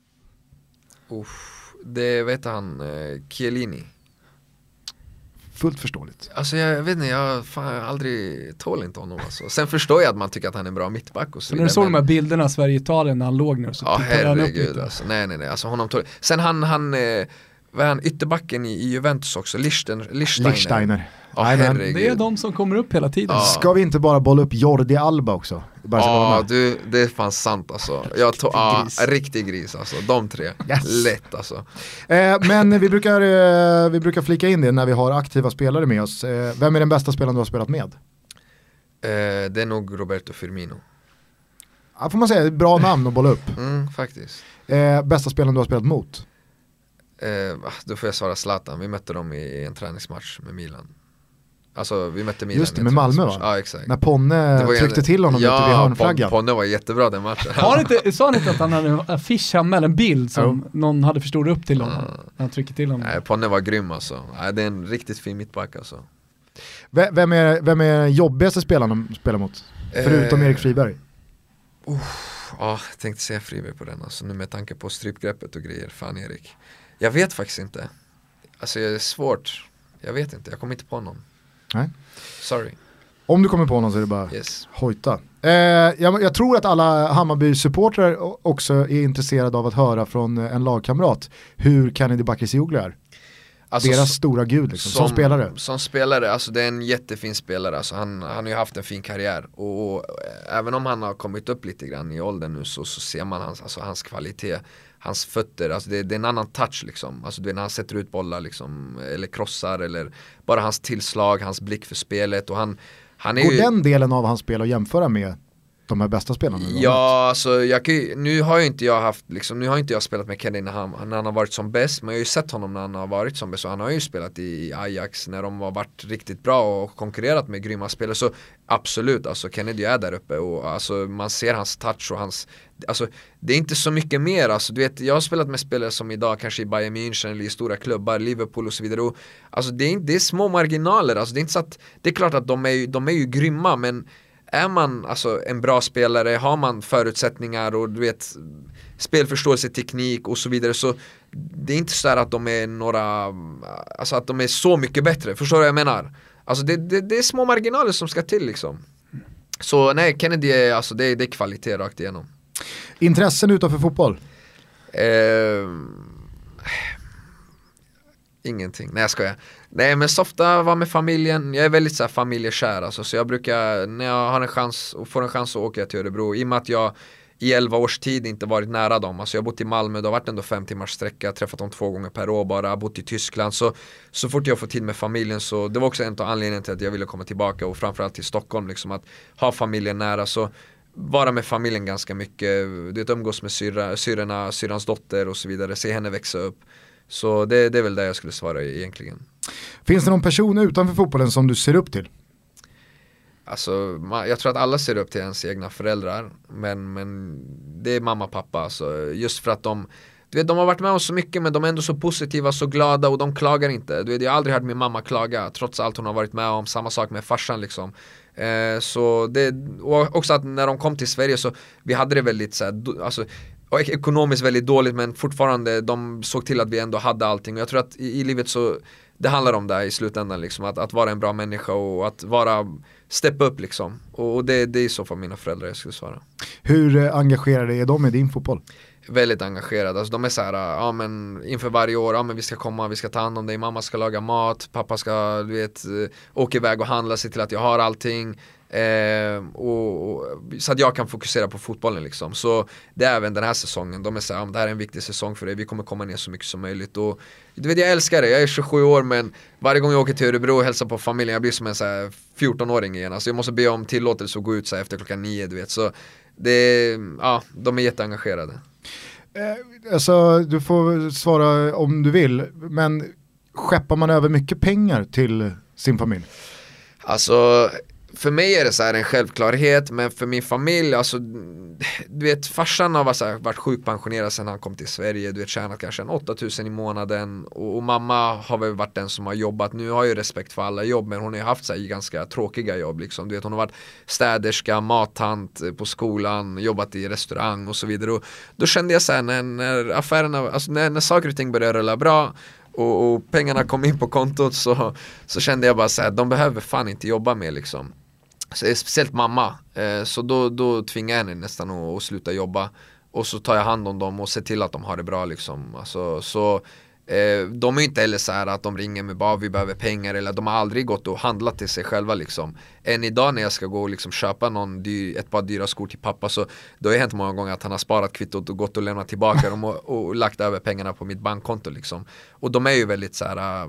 Det vet han, Chiellini. Fullt förståeligt. Alltså jag vet inte, jag aldrig tål inte honom alltså. Sen förstår jag att man tycker att han är en bra mittback och så vidare. När du såg de här bilderna Sverige-Italien när han låg nu så tittade han upp lite. Alltså, nej, alltså honom tål. Sen han var han ytterbacken i Juventus också, Lichtsteiner. Det är de som kommer upp hela tiden. Ska vi inte bara bolla upp Jordi Alba också? Ja, det är fan sant alltså. Riktig gris alltså, de 3. Yes. Lätt alltså. Men vi brukar flika in det när vi har aktiva spelare med oss. Vem är den bästa spelaren du har spelat med? Det är nog Roberto Firmino. Ja, får man säga, bra namn att bolla upp. Faktiskt. Bästa spelaren du har spelat mot? Då får jag svara Zlatan. Vi mötte dem i en träningsmatch med Milan. Alltså vi mötte Milan. Just det, med Malmö va? Ja, exakt. När Ponne tryckte till honom ute vid hörnflaggan. Ponne var jättebra den matchen. Sa han inte att han hade en affisch med en bild som någon hade förstorat upp till honom? Han tryckte till honom. Nej, Ponne var grym alltså. Det är en riktigt fin mittback alltså. Vem är jobbigaste spelaren de spelar mot? Förutom Erik Friberg. Jag tänkte säga Friberg på den alltså, nu med tanke på strypgreppet och grejer. Fan Erik. Jag vet faktiskt inte. Alltså det är svårt. Jag vet inte, jag kommer inte på någon. Nej. Sorry. Om du kommer på någon så är det bara hojta. Jag tror att alla Hammarby-supportrar också är intresserade av att höra från en lagkamrat hur Kennedy Bakircioglu är. Alltså, deras stora gud liksom, som spelare. Som spelare, alltså det är en jättefin spelare. Alltså han har ju haft en fin karriär. Och även om han har kommit upp lite grann i åldern nu så ser man hans kvalitet. Hans fötter, alltså det är en annan touch liksom. Alltså när han sätter ut bollar liksom, eller krossar, eller bara hans tillslag, hans blick för spelet. Och han är Går den delen av hans spel att jämföra med de här bästa spelarna? Ja, alltså nu har inte jag spelat med Kenny när han har varit som bäst, men jag har ju sett honom när han har varit som bäst, så han har ju spelat i Ajax när de har varit riktigt bra och konkurrerat med grymma spelare, så absolut, alltså Kennedy är där uppe och alltså man ser hans touch och hans, alltså det är inte så mycket mer, alltså du vet, jag har spelat med spelare som idag kanske i Bayern München eller i stora klubbar, Liverpool och så vidare, och alltså det är små marginaler, alltså det är inte så att, det är klart att de är ju grymma, men är man alltså en bra spelare, har man förutsättningar och du vet spelförståelse, teknik och så vidare, så det är inte så att de är alltså att de är så mycket bättre, förstår du vad jag menar? Alltså det är små marginaler som ska till liksom. Så nej, Kennedy är, alltså det är kvalitet rakt igenom. Intressen utanför fotboll? Ingenting, nej jag skojar. Nej, men så ofta vara med familjen. Jag är väldigt så här familjekär alltså, så jag brukar, när jag har en chans och får en chans, så åker jag till Örebro, i och med att jag i 11 års tid inte varit nära dem. Alltså jag har bott i Malmö, det har varit ändå 5 timmars sträcka, träffat dem 2 gånger per år bara, bott i Tyskland, så fort jag får tid med familjen, så det var också en av anledningarna till att jag ville komma tillbaka, och framförallt till Stockholm liksom, att ha familjen nära, så vara med familjen ganska mycket, du vet, umgås med syrrans dotter och så vidare, se henne växa upp. Så det är väl det jag skulle svara egentligen. Finns det någon person utanför fotbollen som du ser upp till? Alltså, jag tror att alla ser upp till ens egna föräldrar, men det är mamma och pappa alltså, just för att de har varit med oss så mycket, men de är ändå så positiva, så glada, och de klagar inte. Du vet, jag har aldrig hört min mamma klaga, trots allt hon har varit med om. Samma sak med farsan liksom. Så det, och också att när de kom till Sverige, så vi hade det väldigt så här, alltså, och ekonomiskt väldigt dåligt, men fortfarande de såg till att vi ändå hade allting. Och jag tror att i livet, så det handlar om det i slutändan liksom, att vara en bra människa och att step up liksom. Och det är i så fall mina föräldrar jag skulle svara. Hur engagerade är de i din fotboll? Väldigt engagerade, alltså de är så här, ja men inför varje år, ja men vi ska ta hand om dig, mamma ska laga mat, pappa ska, du vet, åka iväg och handla, se till att jag har allting, och så att jag kan fokusera på fotbollen liksom. Så det är även den här säsongen, de är så här, ja, det här är en viktig säsong för dig, vi kommer komma ner så mycket som möjligt, och du vet, jag älskar det, jag är 27 år, men varje gång jag åker till Örebro och hälsar på familjen, jag blir som en så här 14-åring igen, alltså jag måste be om tillåtelse att gå ut så här efter 9:00, du vet, så de är jätteengagerade. Alltså, du får svara om du vill, men skeppar man över mycket pengar till sin familj? Alltså, för mig är det så här en självklarhet, men för min familj, alltså, du vet, farsan har varit sjukpensionerad sedan han kom till Sverige, du vet, tjänat kanske 8,000 i månaden, och mamma har väl varit den som har jobbat. Nu har jag ju respekt för alla jobb, men hon har ju haft så här ganska tråkiga jobb liksom. Du vet, hon har varit städerska, mattant på skolan, jobbat i restaurang och så vidare, och då kände jag så här, när affärerna, alltså när saker och ting började rulla bra och pengarna kom in på kontot, så kände jag bara så här, de behöver fan inte jobba mer liksom. Så speciellt mamma, så då tvingar jag henne nästan att sluta jobba, och så tar jag hand om dem och ser till att de har det bra liksom. Alltså, så de är inte heller så här att de ringer mig bara vi behöver pengar, eller de har aldrig gått och handlat till sig själva liksom. Än idag när jag ska gå och liksom köpa ett par dyra skor till pappa, så då har det hänt många gånger att han har sparat kvittot och gått och lämnat tillbaka dem och lagt över pengarna på mitt bankkonto liksom. Och de är ju väldigt så här,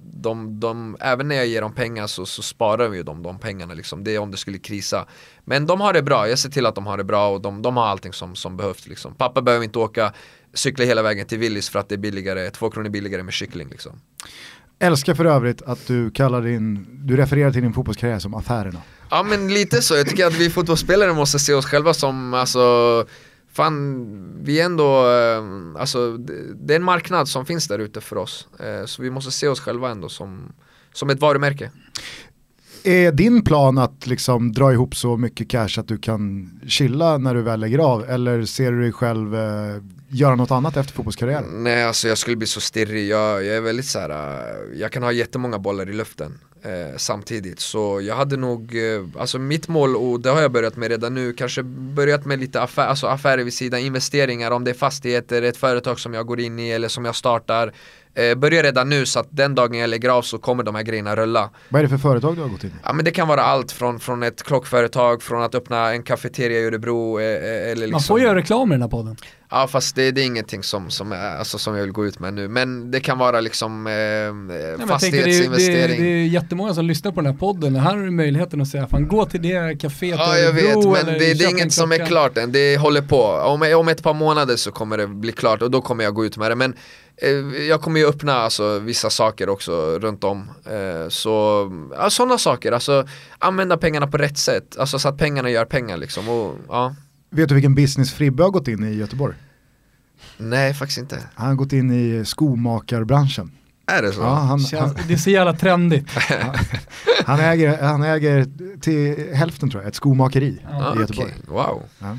även när jag ger dem pengar, så sparar vi ju de pengarna liksom. Det är om det skulle krisa. Men de har det bra, jag ser till att de har det bra, och de har allting som behövs liksom. Pappa behöver inte cykla hela vägen till Willys för att det är billigare, 2 kronor billigare med kyckling liksom. Älskar för övrigt att du du refererar till din fotbollskarriär som affärerna. Ja, men lite så, jag tycker att vi fotbollsspelare måste se oss själva som, alltså, fan, vi är ändå, alltså, det är en marknad som finns där ute för oss, så vi måste se oss själva ändå som ett varumärke. Är din plan att liksom dra ihop så mycket cash att du kan chilla när du väl lägger av, eller ser du dig själv göra något annat efter fotbollskarriären? Nej, alltså jag skulle bli så stirrig, jag är väldigt så här, jag kan ha jättemånga bollar i luften samtidigt, så jag hade nog, alltså mitt mål, och det har jag börjat med redan nu, kanske börjat med lite affärer vid sidan, investeringar, om det är fastigheter, ett företag som jag går in i eller som jag startar, börja redan nu så att den dagen jag lägger av så kommer de här grejerna rulla. Vad är det för företag du har gått in i? Ja, men det kan vara allt från ett klockföretag, från att öppna en kafeteria i Örebro eller liksom. Man får göra reklam i den här podden. Ja, fast det är ingenting som jag vill gå ut med nu. Men det kan vara liksom fastighetsinvestering. Det är jättemånga som lyssnar på den här podden. Här har du möjligheten att säga, fan gå till det caféet. Ja, jag vet, men det är inget som är klart än. Det håller på. Om ett par månader så kommer det bli klart och då kommer jag gå ut med det. Men jag kommer ju öppna vissa saker också runt om. Så sådana saker. Alltså använda pengarna på rätt sätt. Alltså så att pengarna gör pengar liksom. Och, ja. Vet du vilken business Fribbe har gått in i Göteborg? Nej, faktiskt inte. Han har gått in i skomakarbranschen. Är det så? Ja, det är så jävla trendigt. Han äger till hälften tror jag ett skomakeri i Göteborg. Okay. Wow. Ja.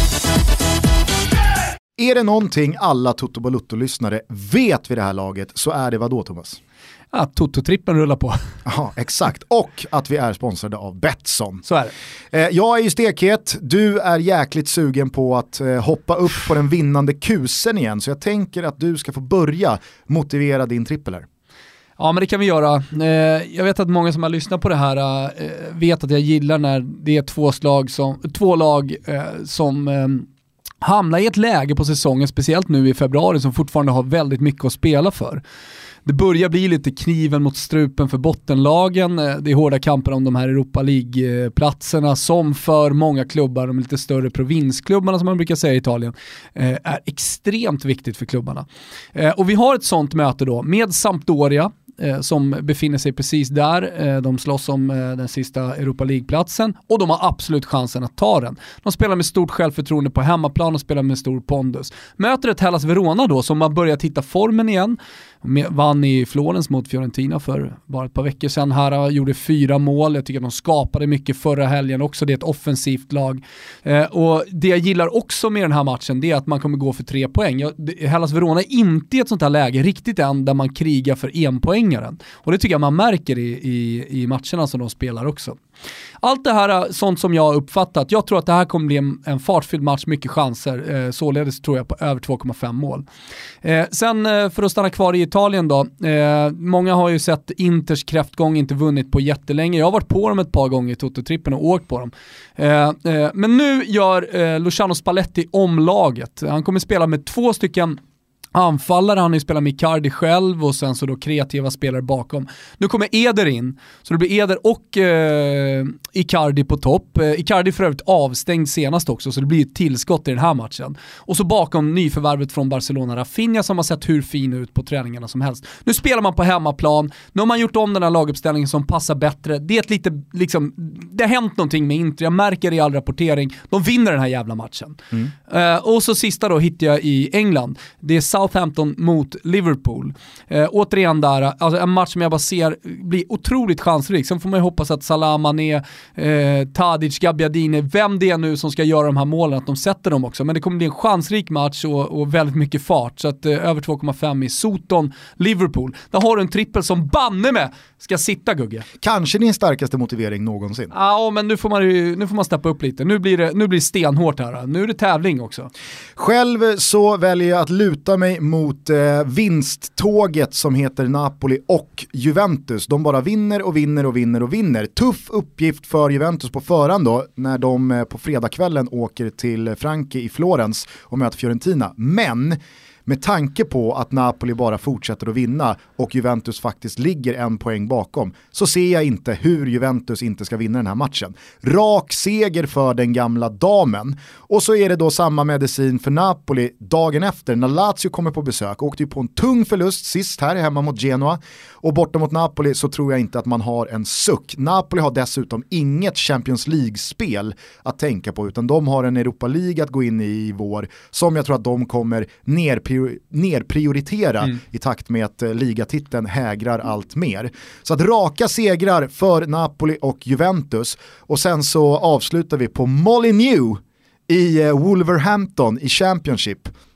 Är det någonting alla Toto Balutto-lyssnare vet vid det här laget så är det vad då, Thomas? Att Toto-trippen rullar på. Ja, exakt. Och att vi är sponsrade av Betsson. Så är det. Jag är ju stekhet. Du är jäkligt sugen på att hoppa upp på den vinnande kusen igen. Så jag tänker att du ska få börja motivera din trippel här. Ja, men det kan vi göra. Jag vet att många som har lyssnat på det här vet att jag gillar när det är två lag som hamnar i ett läge på säsongen, speciellt nu i februari, som fortfarande har väldigt mycket att spela för. Det börjar bli lite kniven mot strupen för bottenlagen. Det är hårda kamper om de här Europa League-platserna som för många klubbar, de lite större provinsklubbarna som man brukar säga i Italien, är extremt viktigt för klubbarna. Och vi har ett sånt möte då med Sampdoria som befinner sig precis där. De slåss om den sista Europa League-platsen och de har absolut chansen att ta den. De spelar med stort självförtroende på hemmaplan och spelar med stor pondus. Möter ett Hellas Verona då som man börjar titta formen igen. Vann i Florens mot Fiorentina för bara ett par veckor sedan. Här gjorde 4 mål. Jag tycker att de skapade mycket förra helgen också. Det är ett offensivt lag. Och det jag gillar också med den här matchen, det är att man kommer gå för 3 poäng. Hellas Verona är inte i ett sånt här läge riktigt än där man krigar för enpoängaren. Och det tycker jag man märker i matcherna som de spelar också. Allt det här är sånt som jag har uppfattat. Jag tror att det här kommer bli en fartfylld match, mycket chanser. Således tror jag på över 2,5 mål. Sen för att stanna kvar i Italien då. Många har ju sett Inters kräftgång, inte vunnit på jättelänge. Jag har varit på dem ett par gånger i Toto-trippen och åkt på dem. Men nu gör Luciano Spalletti omlaget. Han kommer spela med 2 stycken anfallare, han har ju spelat med Icardi själv och sen så då kreativa spelare bakom. Nu kommer Eder in, så det blir Eder och Icardi på topp. Icardi för övrigt avstängd senast också, så det blir ett tillskott i den här matchen. Och så bakom nyförvärvet från Barcelona, Rafinha, som har sett hur fin ut på träningarna som helst. Nu spelar man på hemmaplan, nu har man gjort om den här laguppställningen som passar bättre. Det är ett lite, liksom, det har hänt någonting med Inter, jag märker det i all rapportering. De vinner den här jävla matchen. Och så sista då hittar jag i England. Det är Southampton mot Liverpool. Återigen där, alltså en match som jag bara ser blir otroligt chansrik. Sen får man ju hoppas att Salah, Mané, Tadic, Gabbiadini, vem det är nu som ska göra de här målen, att de sätter dem också. Men det kommer bli en chansrik match och väldigt mycket fart. Så att över 2,5 i Soton, Liverpool. Där har du en trippel som banne med ska sitta, Gugge. Kanske din starkaste motivering någonsin. Ja, men nu får man steppa upp lite. Nu blir det stenhårt här. Nu är det tävling också. Själv så väljer jag att luta mig mot vinsttåget som heter Napoli och Juventus. De bara vinner och vinner och vinner och vinner. Tuff uppgift för Juventus på förhand då, när de på fredagskvällen åker till Franke i Florens och möter Fiorentina. Men med tanke på att Napoli bara fortsätter att vinna och Juventus faktiskt ligger 1 poäng bakom, så ser jag inte hur Juventus inte ska vinna den här matchen. Rak seger för den gamla damen. Och så är det då samma medicin för Napoli dagen efter när Lazio kommer på besök. Åkte ju på en tung förlust sist här hemma mot Genoa. Och borta mot Napoli så tror jag inte att man har en suck. Napoli har dessutom inget Champions League-spel att tänka på, utan de har en Europa League att gå in i vår, som jag tror att de kommer nerprioritera i takt med att ligatiteln hägrar allt mer. Så att raka segrar för Napoli och Juventus, och sen så avslutar vi på Molineux i Wolverhampton i Championship.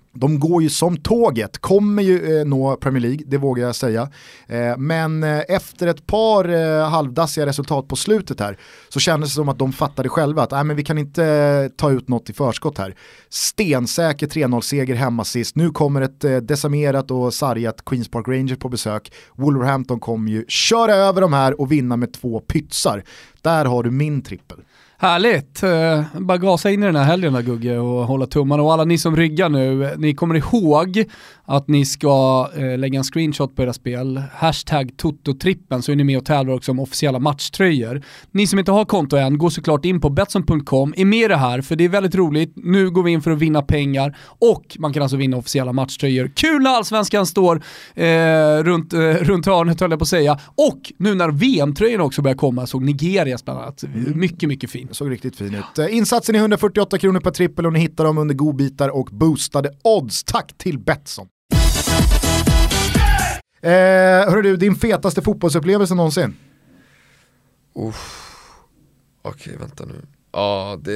De går ju som tåget, kommer ju nå Premier League, det vågar jag säga. Men efter ett par halvdassiga resultat på slutet här så kändes det som att de fattade själva att men vi kan inte ta ut något i förskott här. Stensäker 3-0-seger hemma sist. Nu kommer ett decimerat och sargat Queens Park Rangers på besök. Wolverhampton kommer ju köra över de här och vinna med 2 pytsar. Där har du min trippel. Härligt, bara gasa in i den här helgen där, Gugge, och hålla tummarna. Och alla ni som ryggar nu, ni kommer ihåg att ni ska lägga en screenshot på era spel, hashtag Toto-trippen, så är ni med och tävlar också om officiella matchtröjor. Ni som inte har konto än, gå såklart in på Betsson.com, är med det här för det är väldigt roligt. Nu går vi in för att vinna pengar och man kan alltså vinna officiella matchtröjor. Kul när Allsvenskan står runt hörnet, höll jag på att säga. Och nu när VM-tröjorna också börjar komma, såg Nigeria bland annat. Mycket, mycket fint. Såg riktigt fin ut. Insatsen är 148 kronor per trippel och ni hittar dem under godbitar och boostade odds. Tack till Betsson. Hörru du, din fetaste fotbollsupplevelse någonsin? Okej, vänta nu. Ja, det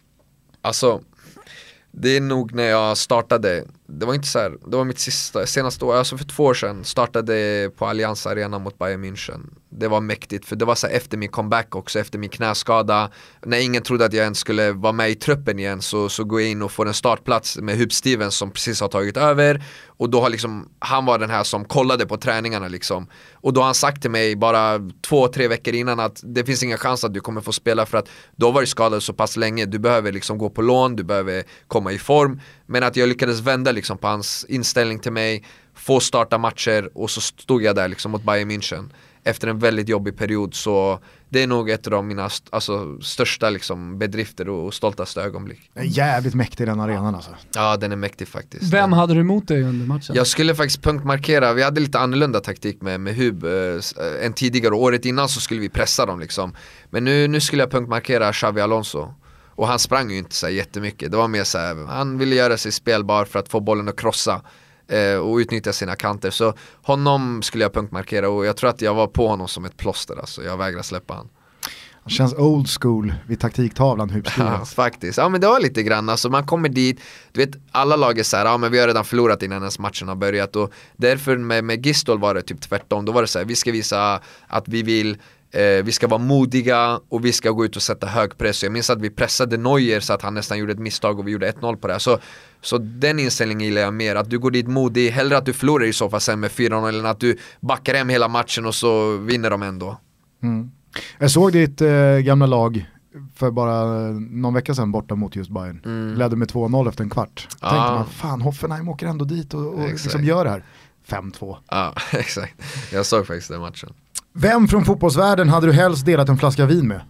är nog när jag startade. Det var inte så här, det var mitt senaste år, alltså för 2 år sedan startade på Allianz Arena mot Bayern München. Det var mäktigt, för det var så här efter min comeback också, efter min knäskada, när ingen trodde att jag ens skulle vara med i truppen igen, så går jag in och får en startplats med Hub Stevens som precis har tagit över, och då har liksom, han var den här som kollade på träningarna liksom, och då har han sagt till mig bara 2-3 veckor innan att det finns ingen chans att du kommer få spela, för att du har varit skadad så pass länge, du behöver liksom gå på lån, du behöver komma i form, men att jag lyckades vända liksom på hans inställning till mig, få starta matcher, och så stod jag där liksom mot Bayern München efter en väldigt jobbig period. Så det är nog ett av mina största liksom bedrifter och stoltaste ögonblick. Jävligt mäktig den arenan alltså. Ja, den är mäktig faktiskt. Vem hade du emot dig under matchen? Jag skulle faktiskt punktmarkera. Vi hade lite annorlunda taktik med Hub än tidigare. Året innan så skulle vi pressa dem liksom. Men nu skulle jag punktmarkera Xavi Alonso. Och han sprang ju inte så jättemycket. Det var mer så här, han ville göra sig spelbar för att få bollen att krossa och utnyttja sina kanter. Så honom skulle jag punktmarkera, och jag tror att jag var på honom som ett plåster. Alltså. Jag vägrar släppa han. Han känns old school vid taktiktavlan. Ja, faktiskt. Ja, men det var lite grann. Alltså, man kommer dit, du vet, alla lag är så här, ja men vi har redan förlorat innan ens matchen har börjat. Och därför med Gistol var det typ tvärtom. Då var det så här, vi ska visa att vi ska vara modiga och vi ska gå ut och sätta hög press. Jag minns att vi pressade Neuer så att han nästan gjorde ett misstag och vi gjorde 1-0 på det. Så den inställningen gillar jag mer. Att du går dit modig, hellre att du förlorar i så fall sen med 4-0 eller att du backar hem hela matchen och så vinner de ändå. Jag såg ditt gamla lag för bara någon vecka sedan borta mot just Bayern. Ledde med 2-0 efter en kvart. Tänkte man, fan Hoffenheim åker ändå dit och liksom gör det här. 5-2. Ja, exakt. Jag såg faktiskt den matchen. Vem från fotbollsvärlden hade du helst delat en flaska vin med?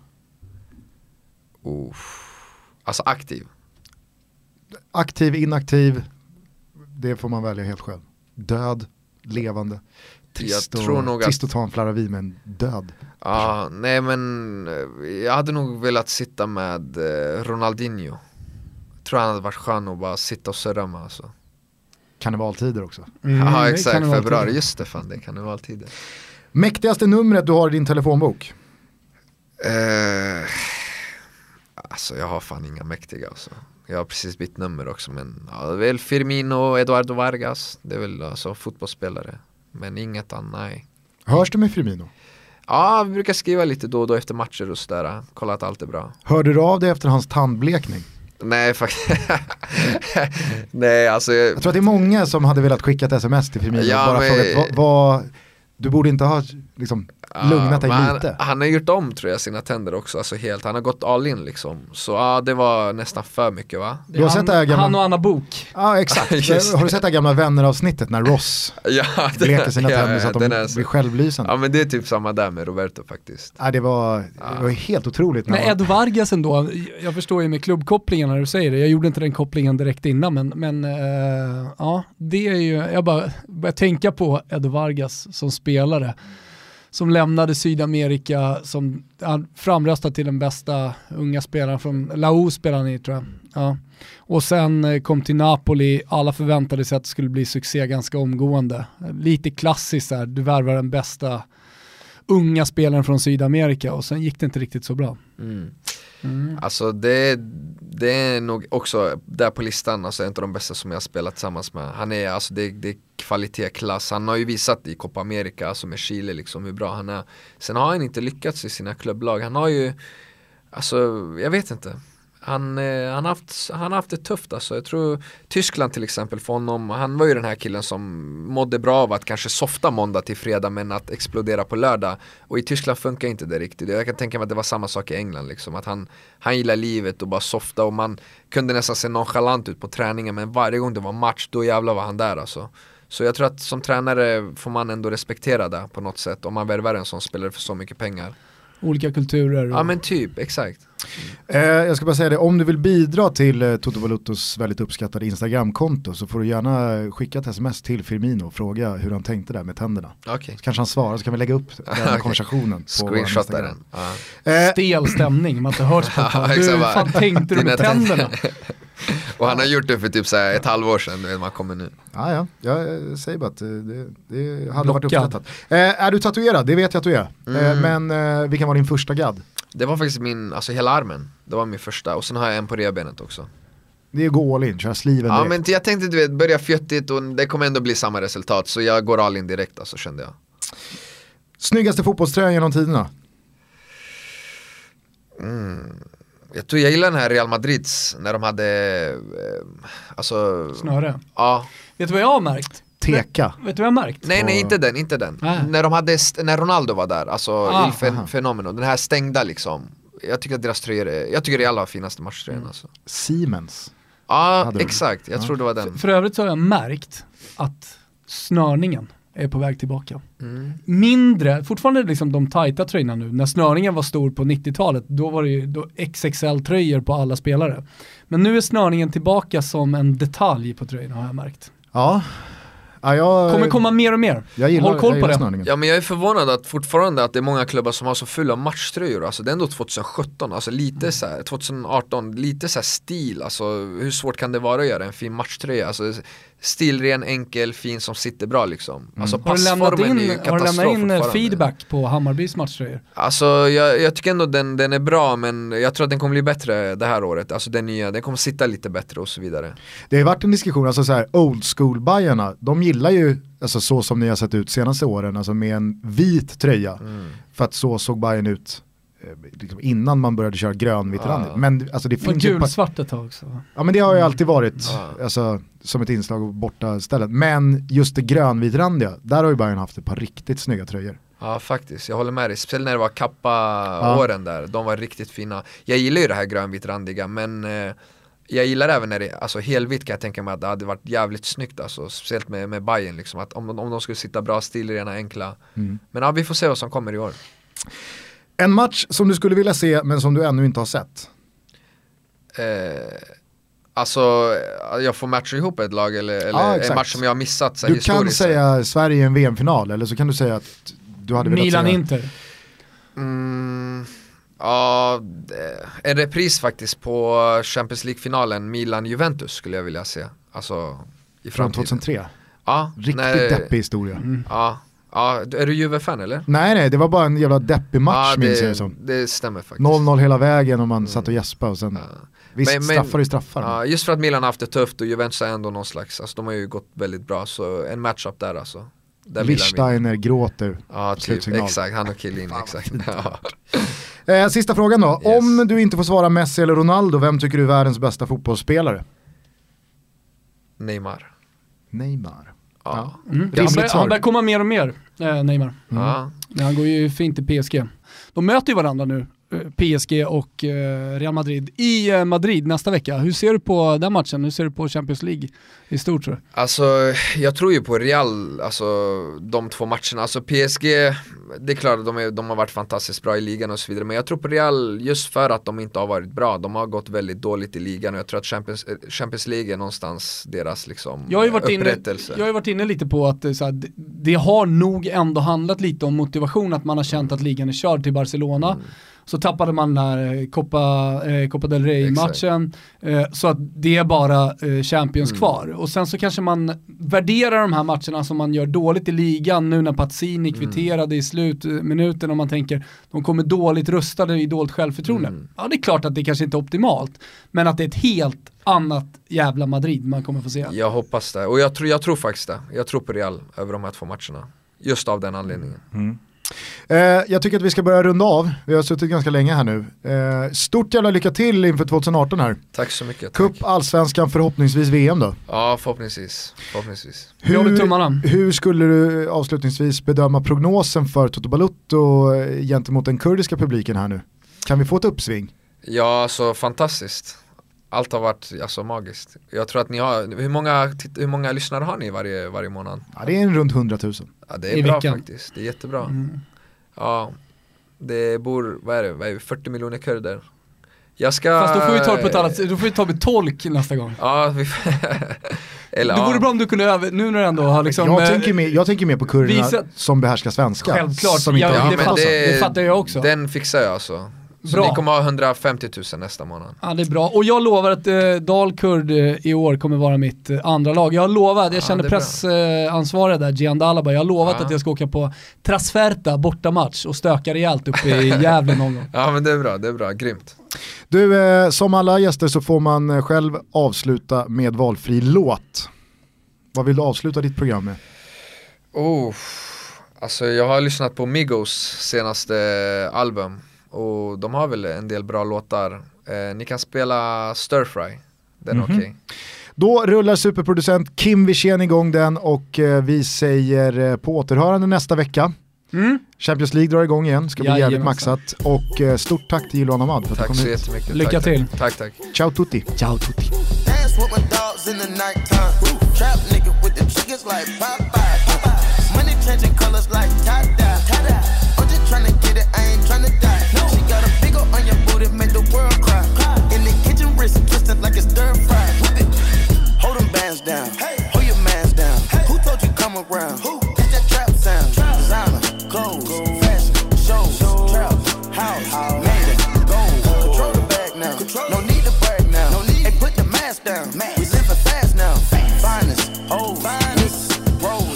Alltså aktiv. Aktiv, inaktiv. Det får man välja helt själv. Död, levande. Trist att ta en flarra vin med en död. Ja, nej men jag hade nog velat sitta med Ronaldinho. Jag tror han hade varit skön att bara sitta och surra med alltså. Karnevaltider också. Ja, exakt, februari, just det, fan, det är karnevaltider. Mäktigaste numret du har i din telefonbok? Alltså jag har fan inga mäktiga alltså. Jag har precis bytt nummer också, men ja, det är väl Firmino och Eduardo Vargas. Det är väl alltså fotbollsspelare. Men inget annat, nej. Hörs du med Firmino? Ja, vi brukar skriva lite då och då efter matcher och sådär. Kolla att allt är bra. Hörde du av dig efter hans tandblekning? Nej, faktiskt. Nej, alltså jag tror att det är många som hade velat skicka ett sms till Firmino. Ja, bara frågat, vad du borde inte ha liksom lugnat dig lite. Han har gjort om, tror jag, sina tänder också. Alltså helt, han har gått all in liksom. Så ja, det var nästan för mycket, va? Du har sett det här gamla... Han och Anna Bok. Ja, exakt. Har du sett det här gamla vänner-avsnittet när Ross leker sina tänder så att de blir självlysande? Ja, men det är typ samma där med Roberto faktiskt. Ja, det var helt otroligt. Men Ed Vargas ändå, jag förstår ju med klubbkopplingen när du säger det. Jag gjorde inte den kopplingen direkt innan, men ja, det är ju, jag börjar tänka på Ed Vargas som spelare. Som lämnade Sydamerika, som framröstade till den bästa unga spelaren från Laos spelaren i, tror jag. Ja. Och sen kom till Napoli, alla förväntade sig att det skulle bli succé ganska omgående. Lite klassiskt där, du värvar den bästa unga spelaren från Sydamerika och sen gick det inte riktigt så bra. Alltså det är nog också där på listan, alltså en av de bästa som jag har spelat tillsammans med. Han är, alltså det är kvalitetsklass. Han har ju visat i Copa America, alltså med Chile liksom, hur bra han är. Sen har han inte lyckats i sina klubblag. Han har ju, alltså jag vet inte. Han har haft det tufft alltså. Jag tror Tyskland till exempel för honom, han var ju den här killen som mådde bra av att kanske softa måndag till fredag men att explodera på lördag. Och i Tyskland funkar inte det riktigt. Jag kan tänka mig att det var samma sak i England liksom. Att han gillar livet och bara softa, och man kunde nästan se nonchalant ut på träningen, men varje gång det var match då jävlar var han där alltså. Så jag tror att som tränare får man ändå respektera det på något sätt om man värvar en sån spelare för så mycket pengar. Olika kulturer. Ja men typ, exakt. Jag ska bara säga det, om du vill bidra till Toto Valutos väldigt uppskattade Instagram-konto så får du gärna skicka ett sms till Firmino och fråga hur han tänkte där med tänderna. Okay. Så kanske han svarar, så kan vi lägga upp den konversationen på Instagram. Stel stämning, man har inte hört på det. Hur fan tänkte du med tänderna? Och han har gjort det för typ så här ett halvår sedan, man kommer nu. Ja, jag säger bara att det hade varit uppskattat. Är du tatuerad? Det vet jag att du är. Men vilken var din första gadd? Det var faktiskt alltså hela armen. Det var min första, och sen har jag en på revbenet också. Det är gå all in, köra sliven direkt. Ja men jag tänkte du vet, börja fjuttigt och det kommer ändå bli samma resultat. Så jag går all in direkt alltså, kände jag. Snyggaste fotbollströjan genom tiderna? Jag tror jag gillar den här Real Madrids när de hade alltså snöre. Ja. Vet du vad jag har märkt? Teka. Vet du vad jag har märkt? Nej, inte den. När Ronaldo var där, alltså Fenomeno, den här stängda liksom. Jag tycker att deras tröjor jag tycker det är alla finaste matchtröjorna alltså. Siemens. Ja, exakt. Jag tror det var den. För övrigt så har jag märkt att snörningen är på väg tillbaka. Mindre, fortfarande liksom de tajta tröjorna nu. När snörningen var stor på 90-talet, då var det ju XXL-tröjor på alla spelare. Men nu är snörningen tillbaka som en detalj på tröjorna, har jag märkt. Ja. Kommer komma mer och mer. Håll koll på det. Snörningen. Ja men jag är förvånad att fortfarande att det är många klubbar som har så fulla matchtröjor. Alltså det är ändå 2017, alltså lite så här, 2018, lite så här stil. Alltså hur svårt kan det vara att göra en fin matchtröja? Alltså stilren, enkel, fin som sitter bra liksom. Alltså passformen är ju katastrof. Har du lämnat in feedback på Hammarbys matchtröjor? Alltså jag tycker ändå den är bra, men jag tror att den kommer bli bättre det här året. Alltså den nya, den kommer sitta lite bättre och så vidare. Det har varit en diskussion, alltså så här, old school-bajarna, de gillar ju alltså så som ni har sett ut senaste åren, alltså med en vit tröja. För att så såg Bayern ut liksom innan man började köra grönvitt randigt. Men alltså det finns ju gulsvart ett tag också. Ja men det har ju alltid varit alltså, som ett inslag borta stället. Men just det grönvitrandiga, där har ju Bayern haft ett par riktigt snygga tröjor. Ja faktiskt, jag håller med dig. Speciellt när det var kappa-åren där, de var riktigt fina. Jag gillar ju det här grönvitrandiga, men jag gillar även när det, alltså helvitt kan jag tänka mig att det hade varit jävligt snyggt alltså, speciellt med Bayern liksom, att om de skulle sitta bra, stilrena, enkla. Men ja, vi får se vad som kommer i år. En match som du skulle vilja se men som du ännu inte har sett? Alltså jag får matcha ihop ett lag eller en match som jag har missat så du historiskt. Kan säga Sverige i en VM-final, eller så kan du säga att du hade velat säga Milan-Inter. Ja, en repris faktiskt på Champions League-finalen Milan-Juventus skulle jag vilja se. Alltså i från 2003. Ja, riktigt deppig historia. Ja, är du Juve-fan eller? Nej, det var bara en jävla deppig match minns jag det som. Det stämmer faktiskt. 0-0 hela vägen och man satt och gäspade och sen visst, straffar är straffar. Ja, just för att Milan har haft det tufft och Juventus är ändå någon slags, alltså de har ju gått väldigt bra, så en matchup där alltså. Lichsteiner gråter. Ja, typ, exakt, han och Chiellini, exakt. Sista frågan då. Yes. Om du inte får svara Messi eller Ronaldo, vem tycker du är världens bästa fotbollsspelare? Neymar. Ja. Han börjar komma mer och mer, Neymar. Han går ju fint i PSG. De möter ju varandra nu, PSG och Real Madrid i Madrid nästa vecka. Hur ser du på den matchen? Hur ser du på Champions League i stort, tror du? Alltså jag tror ju på Real, alltså de två matcherna. Alltså PSG, det är klart att de har varit fantastiskt bra i ligan och så vidare, men jag tror på Real just för att de inte har varit bra. De har gått väldigt dåligt i ligan och jag tror att Champions League är någonstans deras liksom upprättelse. Jag har ju varit inne lite på att så här, det har nog ändå handlat lite om motivation, att man har känt att ligan är körd till Barcelona. Så tappade man den här Copa del Rey-matchen. Så att det är bara Champions kvar. Och sen så kanske man värderar de här matcherna som man gör dåligt i ligan nu när Pazzini kvitterade i slutminuten och man tänker de kommer dåligt rustade i dåligt självförtroende. Ja, det är klart att det kanske inte är optimalt, men att det är ett helt annat jävla Madrid man kommer få se. Jag hoppas det, och jag tror faktiskt det. Jag tror på Real över de här 2 matcherna. Just av den anledningen. Jag tycker att vi ska börja runda av. Vi har suttit ganska länge här nu. Stort jävla lycka till inför 2018 här. Tack så mycket. Cup, Allsvenskan, förhoppningsvis VM då. Ja, förhoppningsvis. Hur skulle du avslutningsvis bedöma prognosen för Toto Balotto gentemot den kurdiska publiken här nu? Kan vi få ett uppsving? Ja, så fantastiskt. Allt har varit magiskt. Jag tror att ni har, hur många lyssnare har ni varje månad? Ja, det är runt 100 000. Ja, det är bra faktiskt. Det är jättebra. Ja, det bor, vad är det 40 miljoner kurder. Fast då får vi ta det på ett annat sätt. Då får vi ta med tolk nästa gång. Ja, det vore bra om du kunde nu när du ändå har liksom... Jag tänker mer på kurderna som behärskar svenska. Självklart, som inte det fattar jag också. Den fixar jag alltså. Så bra. Ni kommer ha 150 000 nästa månad. Ja, det är bra. Och jag lovar att Dalkurd i år kommer vara mitt andra lag. Jag lovar, jag känner pressansvarig där, Gian Dalaba. Jag har lovat att jag ska åka på Trasferta bortamatch och stöka rejält uppe i Gävle någon gång. Ja, men det är bra, grymt. Du, som alla gäster så får man själv avsluta med valfri låt. Vad vill du avsluta ditt program med? Alltså jag har lyssnat på Migos senaste album. Och de har väl en del bra låtar. Ni kan spela Stir Fry. Den är okej. Då rullar superproducent Kim Wirsén igång den och vi säger på återhörande nästa vecka. Champions League drar igång igen. Ska bli jävligt maxat. Och stort tack till Jiloan Ahmad för att du kom hit. Tack så jättemycket. Lycka till. Tack. Ciao tutti. Ciao tutti. Changing colors like tie-dye. I'm just tryna get it, I ain't tryna die. She got a big ol' on your booty, make the world cry. In the kitchen, wrist twisted like it's stir fry. Hold them bands down, hold your mans down. Who told you come around? It's that trap sound. Designer, clothes, fashion, shows, trap, house, made it, gold. Control the bag now, no need to brag now. Hey, put the mask down, we living fast now. Finest, old, finest, rose.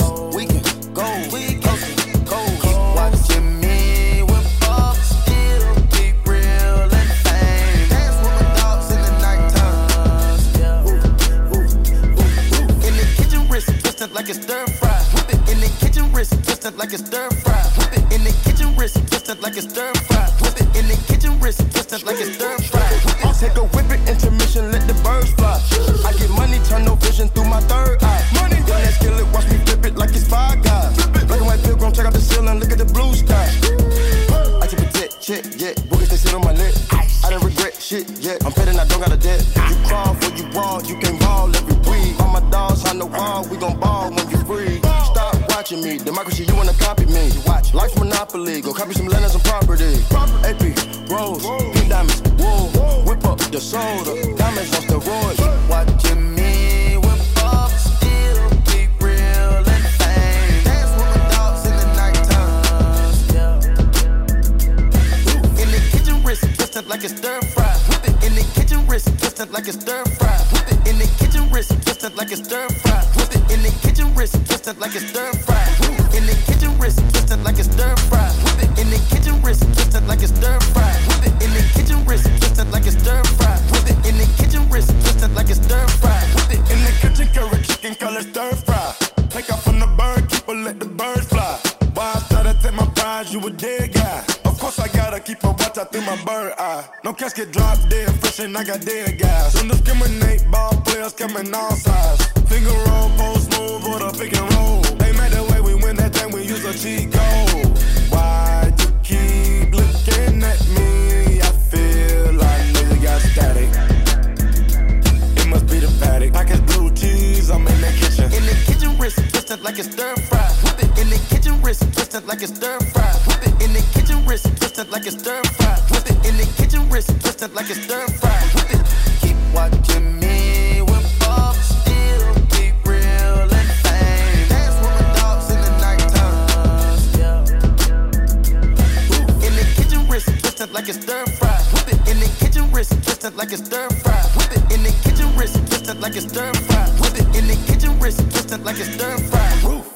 Like it's stir fry. Whip it in the kitchen, wrist twisted like it's stir fry. Whip it in the kitchen, wrist twisted like it's stir fry. Whip it in the kitchen, wrist twisted like it's stir fry. I'll take a whip it, intermission, let the birds fly. I get money, turn no vision through my third eye. Money, gun that skillet, watch me flip it like it's Five Guys. Black and white pilgrim, check out the ceiling, look at the blue sky. I keep a jet, check, yeah, boogers they sit on my neck. I don't regret shit, yeah, I'm petting, I don't got a debt. You crawl for you brawl, you can ball every week. All my dogs on the wall, we gon' ball when you free. Stop watching me, democracy, you wanna copy me. Life's monopoly, go copy some land and some property. AP, rose, pink diamonds, wool. Whip up the soda, diamonds on steroids. Watching me whip up, still keep real and fame. Dance with my dogs in the nighttime. In the kitchen, wrist twisted like it's stir fry. Whip it in the kitchen, wrist twisted like it's stir fry. Whip it in the kitchen, wrist twisted like it's stir fry. Whip it in the kitchen, wrist twisted like it's stir fry. In the kitchen, wrist twisted like it's stir fry. Whip it in the kitchen, wrist twisted like it's stir fry. Whip it in the kitchen, wrist twisted like it's stir fry. Whip it in the kitchen, wrist twisted like it's stir fry. Whip it in the kitchen, carrot chicken, color stir fry. Take off from the bird, keep her, let the birds fly. Why I started to take my prize, you a dead guy. Of course I gotta keep a watch out through my bird eye. No casket drop dead, fresh and I got dead guys. Don't discriminate, ball players coming all sides. Finger roll, post move, or the pick and roll. They made the way we win that thing, we use a cheat code. Why you keep looking at me? I feel like nigga got static. It must be the paddock. Package blue cheese, I'm in the kitchen. In the kitchen, wrist twisted like it's stir fry. Whip it in the kitchen, wrist twisted like it's stir fry. Whip it in the kitchen, wrist twisted like it's stir fry. Whip it in the kitchen, wrist twisted like it's stir fry. Whip it, keep watching me whip up, still keep real and fame. Dance with my dogs in the nighttime. In the kitchen, wrist twisted like it's fry. Whip it in the kitchen, wrist twisted like a stir fry. Whip it in the kitchen, wrist twisted like a stir fry. Whip it in the kitchen, wrist twisted like a stir fry. Roof.